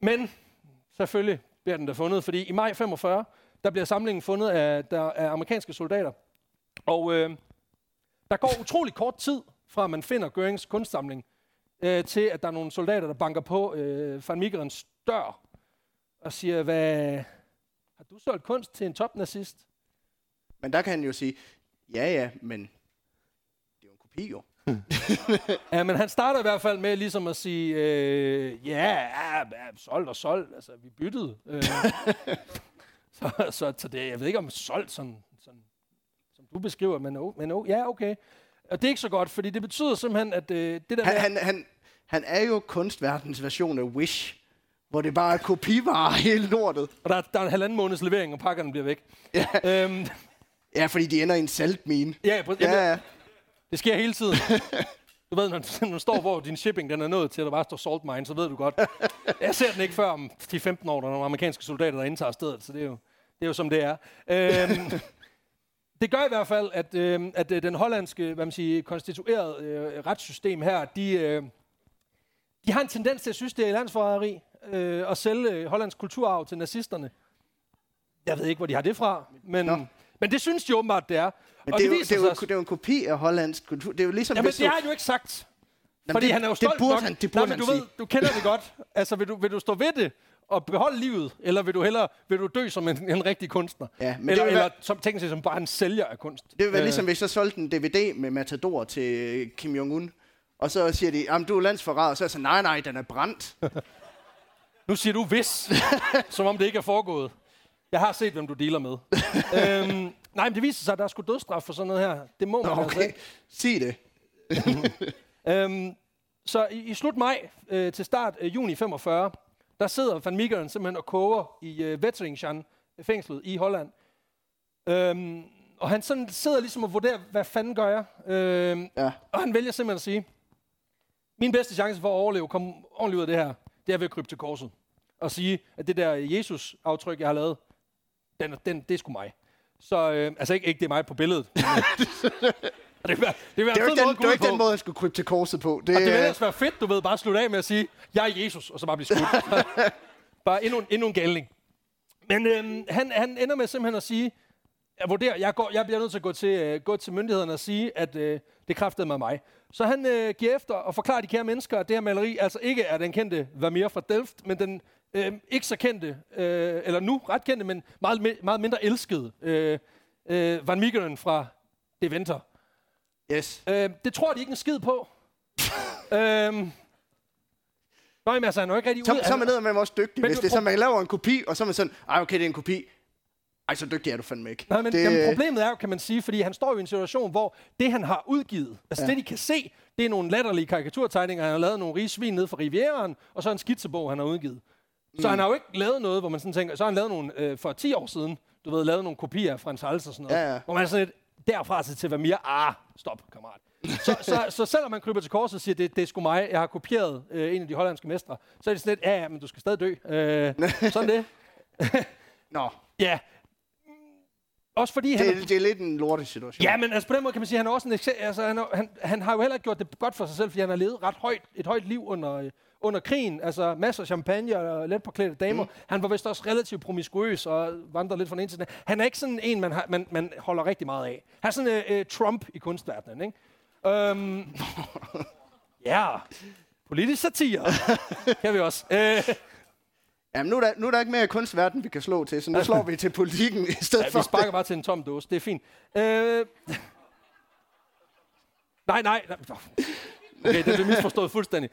Men selvfølgelig bliver den der fundet, fordi i maj femogfyrre, der bliver samlingen fundet af, der, af amerikanske soldater. Og øh, der går utrolig kort tid, fra man finder Görings kunstsamling, øh, til at der er nogle soldater, der banker på øh, van Michelens dør og siger, hvad, har du solgt kunst til en topnazist? Men der kan han jo sige, ja ja, men det er jo en kopi jo. Ja, men han starter i hvert fald med ligesom at sige, øh, ja, ja, solgt og solgt, altså vi byttede. Øh, så, så, så det, jeg ved ikke om solgt sådan, sådan som du beskriver, men, oh, men oh, ja, okay. Og det er ikke så godt, fordi det betyder simpelthen, at øh, det der... Han, han, han, han er jo kunstverdens version af Wish, hvor det bare er kopivarer hele lortet. Og der, der er en halvanden måneds levering, og pakkerne bliver væk. Ja, Øhm, ja fordi de ender i en saltmine. ja, på, Ja, ja. det sker hele tiden. Du ved, når du står, hvor din shipping den er nået til, at der bare står salt mine, så ved du godt. Jeg ser den ikke før om ti femten år, der er nogle amerikanske soldater, der indtager stedet, så det er jo, det er jo som det er. Øhm, det gør i hvert fald, at, øh, at øh, den hollandske, hvad man siger, konstituerede øh, retssystem her, de, øh, de har en tendens til at synes, det er landsforræderi øh, at sælge øh, hollandsk kulturarv til nazisterne. Jeg ved ikke, hvor de har det fra, men, men det synes de åbenbart, det er. Men og det, er det, jo, det, er jo, det er jo en kopi af hollandsk kultur. Det er jo ligesom... Jamen, hvis det du- har han jo ikke sagt. Jamen, Fordi det- han er jo det stolt burde nok. han- det burde Nej, men han du ved, sige. du kender det godt. Altså, vil du, vil du stå ved det og beholde livet, eller vil du hellere vil du dø som en, en rigtig kunstner? Ja, men eller det vil eller som, tænk sig som bare en sælger af kunst. Det vil være Øh, ligesom, hvis jeg solgte en D V D med Matador til Kim Jong-un, og så siger de, jamen du er landsforræder, og så er jeg sådan, nej, nej, den er brændt. Nu siger du hvis, som om det ikke er foregået. Jeg har set, hvem du dealer med. øhm, nej, men det viser sig, at der er sgu dødsstraf for sådan noget her. Det må man altså Okay, ikke. sig det. Øhm, så i, i slut maj øh, til start øh, juni femogfyrre, der sidder Van Michelsen simpelthen og koger i øh, Wetteringen fængslet i Holland. Øhm, og han sådan sidder ligesom og vurderer, hvad fanden gør jeg? Øhm, Ja. Og han vælger simpelthen at sige, min bedste chance for at overleve, komme ordentligt ud af det her, det er ved at krybe til korset. Og sige, at det der Jesus-aftryk, jeg har lavet, den, den, det er sgu mig. Så, øh, altså ikke, ikke det er mig på billedet. Men, det vil være, det vil være Det er jo en ikke fed den, måde at det er jo gå ikke ud den på. måde, han skulle krybe til korset på. Det, Og det vil øh, ellers være fedt, du ved, bare slutte af med at sige, jeg er Jesus, og så bare blive skudt. Bare endnu, endnu en galning. Men øhm, han, han ender med simpelthen at sige, jeg vurderer, jeg, går, jeg bliver nødt til at gå til, øh, gå til myndighederne og sige, at øh, det kræftede mig mig. Så han øh, giver efter og forklarer de kære mennesker, at det her maleri altså ikke er den kendte Vermeer fra Delft, men den øh, ikke så kendte, øh, eller nu ret kendte, men meget, meget mindre elskede øh, øh, Van Michelsen fra Deventer. Yes. Øh, det tror de ikke en skid på. øhm, Nå, men altså, han er jo ikke rigtig Så, ude. så er man ned med også dygtig. Men Hvis du- det er så, man laver en kopi, og så er man sådan, ej okay, det er en kopi. Ej, så dygtig er du fandme ikke. Nej, men det, jamen, problemet er jo, kan man sige, fordi han står jo i en situation, hvor det, han har udgivet, altså ja. det, de kan se, det er nogle latterlige karikaturtegninger. Han har lavet nogle rige svin ned fra Rivieraen, og så en skitsebog, han har udgivet. Så Mm. han har jo ikke lavet noget, hvor man sådan tænker, så har han lavet nogle, øh, for ti år siden, du ved, lavet nogle kopier af Frans Hals og sådan noget. Ja, ja. Hvor man er sådan lidt, derfra til til Vermeer, ah, stop, kammerat. så, så, så selvom man kryber til korset og siger, det, det er sgu mig, jeg har kopieret øh, en af de hollandske mestre, så er det sådan lidt, ja, ja, men du skal stadig dø. Øh, sådan det. Nå, Ja. Også fordi han... det, det er lidt en lortig situation. Ja, men altså på den måde kan man sige, at han er også en ekse- altså, han, er, han, han har jo heller ikke gjort det godt for sig selv, fordi han har levet ret højt, et højt liv under, øh, under krigen. Altså masser af champagne og let påklædte damer. Mm. Han var vist også relativt promiskuøs og vandrede lidt fra den ene til den anden. Han er ikke sådan en, man, har, man, man holder rigtig meget af. Han er sådan øh, øh, Trump i kunstverdenen, ikke? Øhm, ja, politisk satire kan vi også. Øh, Jamen, nu er, der, nu er der ikke mere kunstverden, vi kan slå til, så nu slår vi til politikken i stedet ja, for. vi sparker bare til en tom dåse, det er fint. Øh, nej, nej. nej. Okay, det blev misforstået fuldstændig.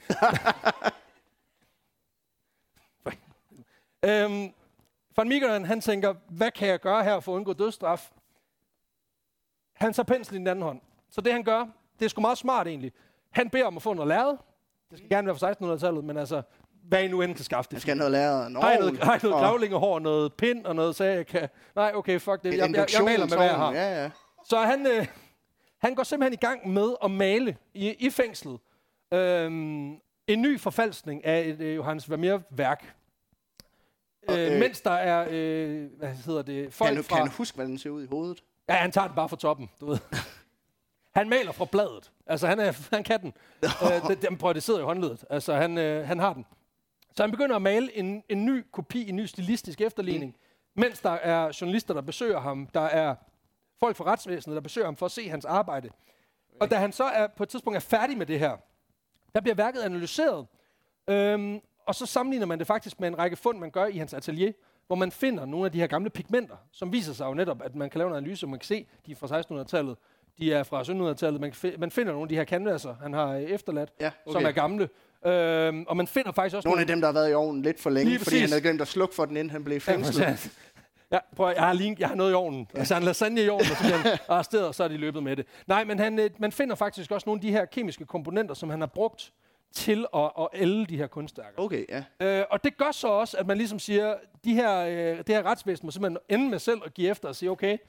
øhm, Van Michelsen, han tænker, hvad kan jeg gøre her for at undgå dødsstraf? Han tager penslen i den anden hånd. Så det han gør, det er sgu meget smart egentlig. Han beder om at få noget lærred. Det skal gerne være fra sekstenhundredetallet, men altså, hvad I nu end kan skaffe det. Jeg skal have noget lærer. Nå, Har I noget, har I noget gravlingehår, noget pind og noget, så jeg kan... Nej, okay, fuck det. Jeg, jeg, jeg maler med, hvad jeg har. Ja, ja. Så han, øh, han går simpelthen i gang med at male i, i fængslet øhm, en ny forfalskning af et øh, Johannes Vermeer-værk. Og, Øh, øh, mens der er, øh, hvad hedder det, folk Kan du, fra... kan du huske, hvordan den ser ud i hovedet? Ja, han tager den bare fra toppen, du ved. Han maler fra bladet. Altså, han, er, han kan den. øh, det, den, prøv, det sidder i håndledet. Altså, han, øh, han har den. Så han begynder at male en, en ny kopi, en ny stilistisk efterligning, mm. mens der er journalister, der besøger ham, der er folk fra retsvæsenet, der besøger ham for at se hans arbejde. Og da han så er, på et tidspunkt er færdig med det her, der bliver værket analyseret, øhm, og så sammenligner man det faktisk med en række fund, man gør i hans atelier, hvor man finder nogle af de her gamle pigmenter, som viser sig jo netop, at man kan lave en analyse, og man kan se, de er fra sekstenhundredetallet, de er fra syttenhundredetallet, man, kan fi- man finder nogle af de her canvaser, han har øh, efterladt, ja, okay. som er gamle. Øhm, og man finder faktisk også nogle, nogle af dem, der har været i ovnen lidt for længe, fordi han havde glemt at slukke for den, inden han blev fængslet. Ja, ja, prøv, jeg, har lige, jeg har noget i ovnen. Ja. Altså, han lasagne i ovnen, og så bliver han arresteret, og så er de løbet med det. Nej, men han, man finder faktisk også nogle af de her kemiske komponenter, som han har brugt til at, at ælde de her kunstværker. Okay, ja. Øh, og det gør så også, at man ligesom siger, de her, øh, det her retsvæsen må simpelthen ende med selv at give efter og sige, okay,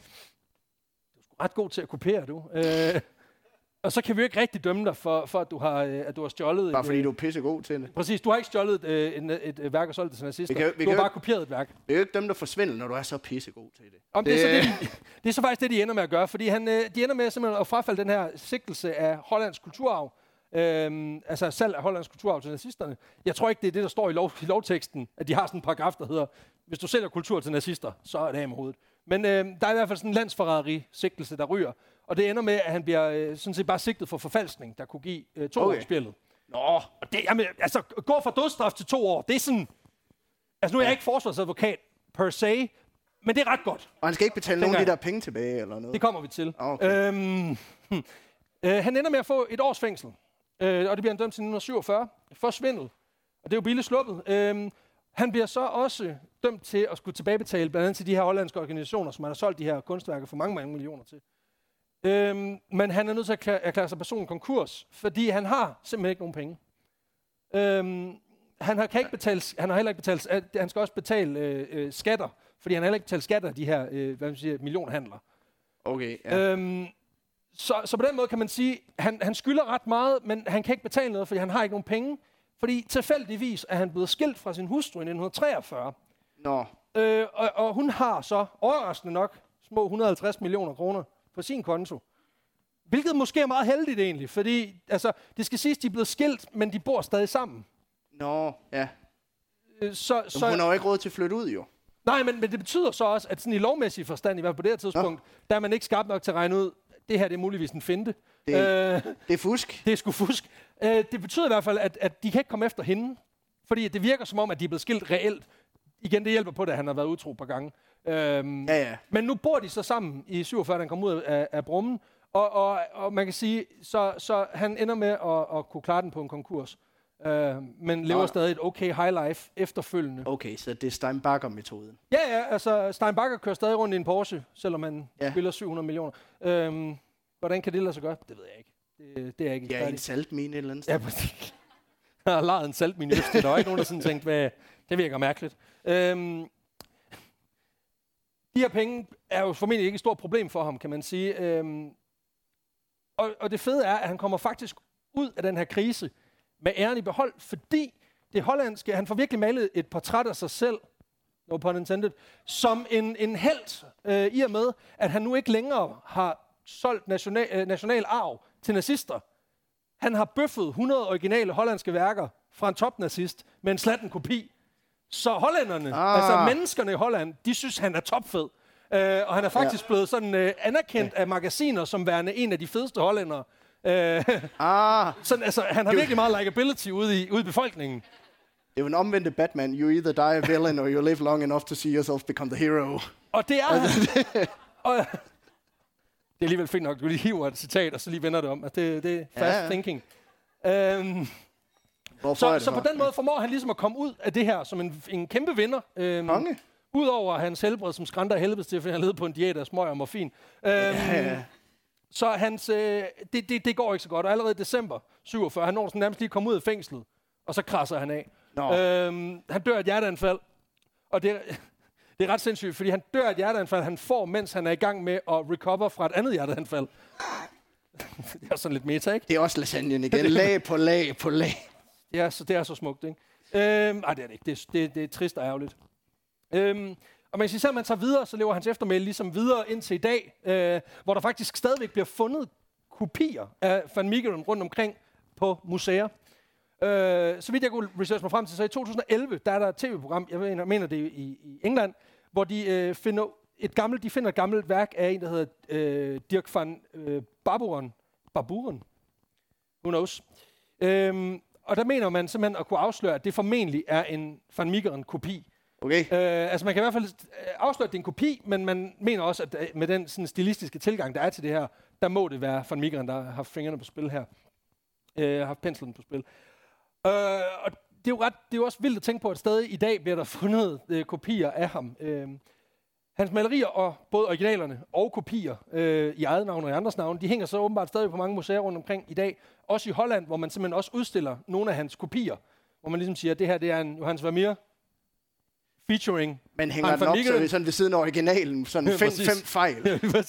du er sgu ret god til at kopiere, du. Øh, og så kan vi jo ikke rigtig dømme dig for, for at, du har, øh, at du har stjålet... Bare fordi øh, du er pissegod til det. Præcis, du har ikke stjålet øh, et, et, et værk og solgt det til nazister. Vi kan, vi du har kan bare kopieret et værk. Det er jo ikke dem, der forsvinder, når du er så pissegod til det. Om det, det, er så det, de, det er så faktisk det, de ender med at gøre, fordi han, øh, de ender med simpelthen at frafalde den her sigtelse af hollandsk kulturarv, Øhm, altså salg af hollandsk kulturarv til nazisterne. Jeg tror ikke, det er det, der står i, lov, i lovteksten, at de har sådan en paragraf, der hedder, hvis du sælger kultur til nazister, så er det af med hovedet. Men øh, der er i hvert fald sådan en landsforræderi-sigtelse, der ryger. Og det ender med, at han bliver øh, sådan set bare sigtet for forfalskning, der kunne give øh, to okay. år i spillet. Nå, og det, jamen, altså, gå fra dødsstraf til to år, det er sådan... Altså, nu er jeg ikke forsvarsadvokat per se, men det er ret godt. Og han skal ikke betale nogen af de der penge tilbage, eller noget? Det kommer vi til. Okay. Øhm, hm. øh, han ender med at få et års fængsel. Øh, og det bliver han dømt til nitten syvogfyrre for svindel. Og det er jo billigt sluppet. Øh, han bliver så også dømt til at skulle tilbagebetale blandt andet til de her hollandske organisationer, som han har solgt de her kunstværker for mange, mange millioner til. Øh, men han er nødt til at erklære, erklære sig personen konkurs, fordi han har simpelthen ikke nogen penge. Øh, han har, kan ikke betale, han har heller ikke betalt, han skal også betale øh, øh, skatter, fordi han har heller ikke betalt skatter af de her øh, hvad man siger, millionhandler. Okay, ja. Øh, Så, så på den måde kan man sige, at han, han skylder ret meget, men han kan ikke betale noget, fordi han har ikke nogen penge. Fordi tilfældigvis er han blevet skilt fra sin hustru i nitten treogfyrre. Nå. Øh, og, og hun har så overraskende nok små et hundrede og halvtreds millioner kroner på sin konto. Hvilket måske er meget heldigt egentlig, fordi altså, det skal siges, de er blevet skilt, men de bor stadig sammen. Nå, ja. Øh, så, så, hun har jo ikke råd til at flytte ud, jo. Nej, men, men det betyder så også, at sådan i lovmæssig forstand, i hvert fald på det her tidspunkt, Nå. der er man ikke skarp nok til at regne ud, det her det er muligvis en finte. Det, øh, det er fusk. Det er sgu fusk. Øh, det betyder i hvert fald, at, at de kan ikke komme efter hende. Fordi det virker som om, at de er blevet skilt reelt. Igen, det hjælper på det, at han har været utro et par gange. Øhm, ja, ja. Men nu bor de så sammen i syvogfyrre, da han kommer ud af, af Brummen. Og, og, og man kan sige, så, så han ender med at, at kunne klare den på en konkurs. Øh, men lever Nå. stadig et okay high life efterfølgende. Okay, så det er Steinbacher-metoden. Ja, ja. Altså Steinbacher kører stadig rundt i en Porsche, selvom han ja. spiller syv hundrede millioner. Øhm, Hvordan kan det lade sig gøre? Det ved jeg ikke. Det, det er ikke ja, en saltmine et eller andet sted. Ja, præcis. Jeg har lejet en saltmine i Østrig. Der var ikke nogen, der sådan tænkte, hvad, det virker mærkeligt. Øhm, de her penge er jo formentlig ikke et stort problem for ham, kan man sige. Øhm, og, og det fede er, at han kommer faktisk ud af den her krise med æren i behold, fordi det hollandske, han får virkelig malet et portræt af sig selv, no pun intended, som en, en helt, øh, i og med, at han nu ikke længere har solgt national, øh, national arv til nazister. Han har bøffet hundrede originale hollandske værker fra en topnazist med en slatten kopi. Så hollænderne, ah. altså menneskerne i Holland, de synes, han er topfed. Øh, og han er faktisk ja. blevet sådan øh, anerkendt ja. af magasiner som værende en af de fedeste hollændere. Øh, ah. sådan, altså, han har virkelig meget likability ude i, ude i befolkningen. Det er jo en omvendte Batman. You either die a villain, or you live long enough to see yourself become the hero. Og det er... og, det er alligevel fint nok, du lige hiver et citat, og så lige vender det om. Altså, det, det er fast ja, ja. thinking. Øhm, så, så på den måde formår han ligesom at komme ud af det her som en, en kæmpe vinder. Øhm, Udover hans helbred, som skrænter helvedes til, fordi han levede på en diæt af smøg og morfin. Øhm, ja, ja. Så hans, øh, det, det, det går ikke så godt. Og allerede i december syvogfyrre, han når sådan nærmest lige komme ud af fængslet, og så krasser han af. Øhm, han dør af et hjerteanfald. Og det, det er ret sindssygt, fordi han dør af et hjerteanfald, han får, mens han er i gang med at recover fra et andet hjerteanfald. Det er sådan lidt meta, ikke? Det er også lasagnen igen. Lag på lag på lag. Ja, så det er så smukt, ikke? Øhm, ej, det er det ikke. Det er, det, det er trist og ærgerligt. Øhm, og man kan sige, selvom man tager videre, så lever hans eftermæle ligesom videre indtil i dag, øh, hvor der faktisk stadigvæk bliver fundet kopier af Van Meegeren rundt omkring på museer. Øh, så vidt jeg kunne researche mig frem til, så i to tusind og elleve, der er der et tv-program, jeg mener, mener det i, i England, hvor de øh, finder et gammelt, de finder et gammelt værk af en, der hedder øh, Dirk van øh, Barburen. Barburen? Who knows? Øhm, og der mener man simpelthen at kunne afsløre, at det formentlig er en Van Meegeren-kopi. Okay. Øh, altså man kan i hvert fald afsløre, at det er en kopi, men man mener også, at med den sådan, stilistiske tilgang, der er til det her, der må det være Van Meegeren, der har haft fingrene på spil her. Øh, har haft penslen på spil. Øh, og det er, jo ret, det er jo også vildt at tænke på, at stadig i dag bliver der fundet øh, kopier af ham. Øh, hans malerier, og både originalerne og kopier øh, i eget navn og i andres navn, de hænger så åbenbart stadig på mange museer rundt omkring i dag. Også i Holland, hvor man simpelthen også udstiller nogle af hans kopier. Hvor man ligesom siger, at det her det er en Johannes Vermeer featuring. Men hænger den op så sådan ved siden af originalen, sådan fem, fem fejl.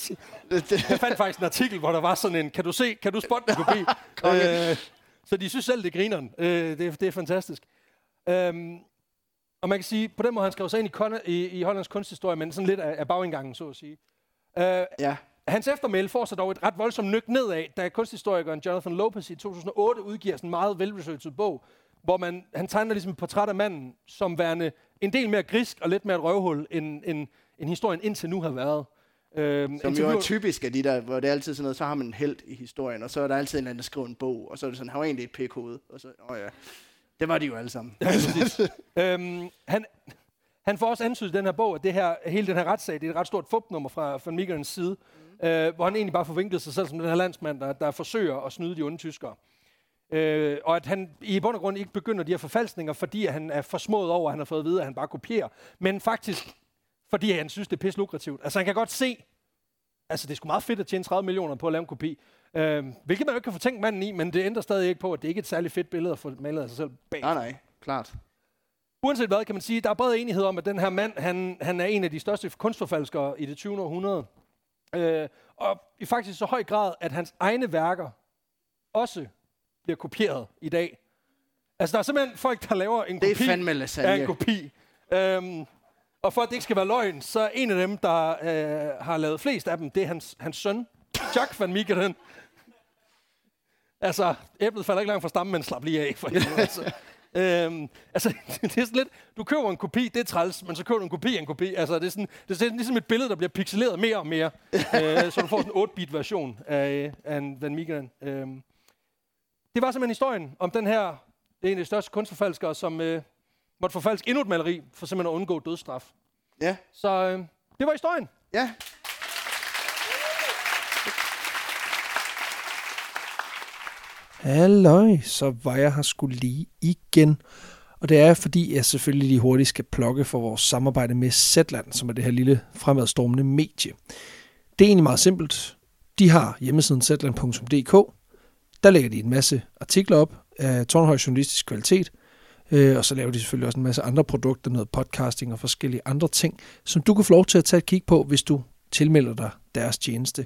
Jeg fandt faktisk en artikel, hvor der var sådan en, kan du se, kan du spotte en kopi? øh, så de synes selv, det er grineren. Øh, det, det er fantastisk. Um, og man kan sige, på den måde, han skrev sig ind i, i, i Hollands kunsthistorie, men sådan lidt af, af bagindgangen, så at sige. Uh, ja. Hans eftermæle får sig dog et ret voldsomt nyk nedad, da kunsthistorikeren Jonathan Lopez i to tusind og otte udgiver sådan en meget velresearchet bog, hvor man, han tegner ligesom et portræt af manden som værende en del mere grisk og lidt mere et røvhul, end, end, end historien indtil nu har været. Øhm, som jo er typisk af de der, hvor det er altid sådan noget, så har man en helt i historien, og så er der altid en eller anden, der skriver en bog, og så er det sådan, han var egentlig et pik-hoved, og så, åh ja, det var de jo alle sammen. Ja, øhm, han, han får også antydet i den her bog, at det her, hele den her retssag, det er et ret stort fupnummer fra Van Meegerens side, mm. øh, hvor han egentlig bare forvinkler sig selv som den her landsmand, der, der forsøger at snyde de onde tyskere. Øh, og at han i bund og grund ikke begynder de her forfalskninger, fordi han er forsmået over, at han har fået at vide, at han bare kopierer, men faktisk fordi han synes, det er pisse lukrativt. Altså han kan godt se, altså det er sgu meget fedt at tjene tredive millioner på at lave en kopi, øh, hvilket man jo ikke kan få tænkt manden i, men det ændrer stadig ikke på, at det ikke er et særligt fedt billede at få malet af sig selv bag. Nej, nej, klart. Uanset hvad, kan man sige, der er bred enighed om, at den her mand, han, han er en af de største kunstforfalskere i det tyvende århundrede. Øh, og i faktisk så høj grad, at hans egne værker også bliver kopieret i dag. Altså, der er simpelthen folk, der laver en det kopi af en kopi. Øhm, og for at det ikke skal være løgn, så er en af dem, der øh, har lavet flest af dem, det er hans, hans søn, Jack van Meegeren. Altså, æblet falder ikke langt fra stammen, men slap lige af for hende. altså. Øhm, altså, det er sådan lidt, du køber en kopi, det er træls, men så køber du en kopi af en kopi. Altså, det er sådan, det er ligesom et billede, der bliver pixeleret mere og mere, øh, så du får sådan en otte-bit version af, af en Van Meegeren. Øhm. Det var simpelthen historien om den her, det er en af de største kunstforfalskere, som øh, måtte forfalske endnu et maleri, for simpelthen at undgå dødsstraf. Ja. Så øh, det var historien. Ja. Halløj, så var jeg her skulle lige igen. Og det er, fordi jeg selvfølgelig lige hurtigt skal plukke for vores samarbejde med Zetland, som er det her lille fremadstormende medie. Det er egentlig meget simpelt. De har hjemmesiden zetland punktum d k. Der lægger de en masse artikler op af tårnhøj journalistisk kvalitet, øh, og så laver de selvfølgelig også en masse andre produkter, noget podcasting og forskellige andre ting, som du kan få lov til at tage et kig på, hvis du tilmelder dig deres tjeneste.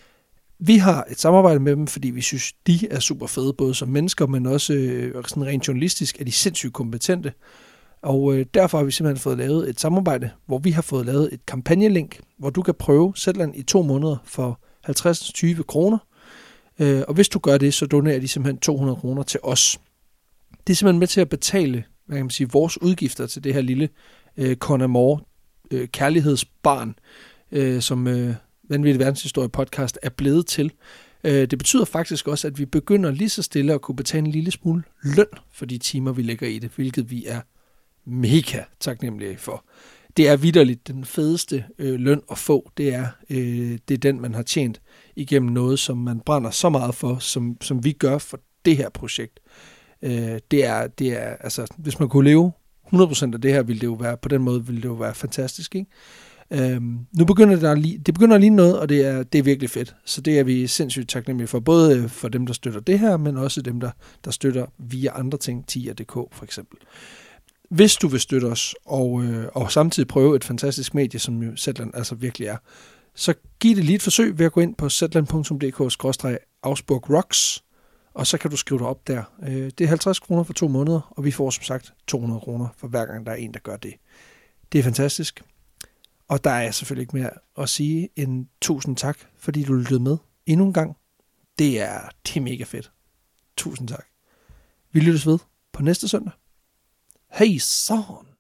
Vi har et samarbejde med dem, fordi vi synes, de er super fede, både som mennesker, men også øh, sådan rent journalistisk er de sindssygt kompetente. Og øh, derfor har vi simpelthen fået lavet et samarbejde, hvor vi har fået lavet et kampagnelink, hvor du kan prøve Zetland i to måneder for halvtreds til tyve kroner. Øh, og hvis du gør det, så donerer de simpelthen to hundrede kroner til os. Det er simpelthen med til at betale, hvad kan man sige, vores udgifter til det her lille øh, Conamore øh, kærlighedsbarn, øh, som øh, Vanvittig Verdenshistorie podcast er blevet til. Øh, det betyder faktisk også, at vi begynder lige så stille at kunne betale en lille smule løn for de timer, vi lægger i det, hvilket vi er mega taknemmelige for. Det er vitterligt den fedeste øh, løn at få. Det er, øh, det er den, man har tjent igennem noget, som man brænder så meget for, som, som vi gør for det her projekt. Øh, det er, det er, altså, hvis man kunne leve hundrede procent af det her, ville det jo være, på den måde ville det jo være fantastisk, ikke? Øh, nu begynder der lige, det begynder lige noget, og det er, det er virkelig fedt. Så det er vi sindssygt taknemmelige for, både for dem, der støtter det her, men også dem, der, der støtter via andre ting, tier punktum d k for eksempel. Hvis du vil støtte os, og, øh, og samtidig prøve et fantastisk medie, som jo Zetland altså virkelig er, så giv det lige et forsøg ved at gå ind på zetland punktum d k skråstreg Augsburg Rocks, og så kan du skrive dig op der. Øh, det er halvtreds kroner for to måneder, og vi får som sagt to hundrede kroner for hver gang, der er en, der gør det. Det er fantastisk. Og der er selvfølgelig ikke mere at sige end tusind tak, fordi du lyttede med endnu en gang. Det er, det er mega fedt. Tusind tak. Vi lyttes ved på næste søndag. Hej sådan.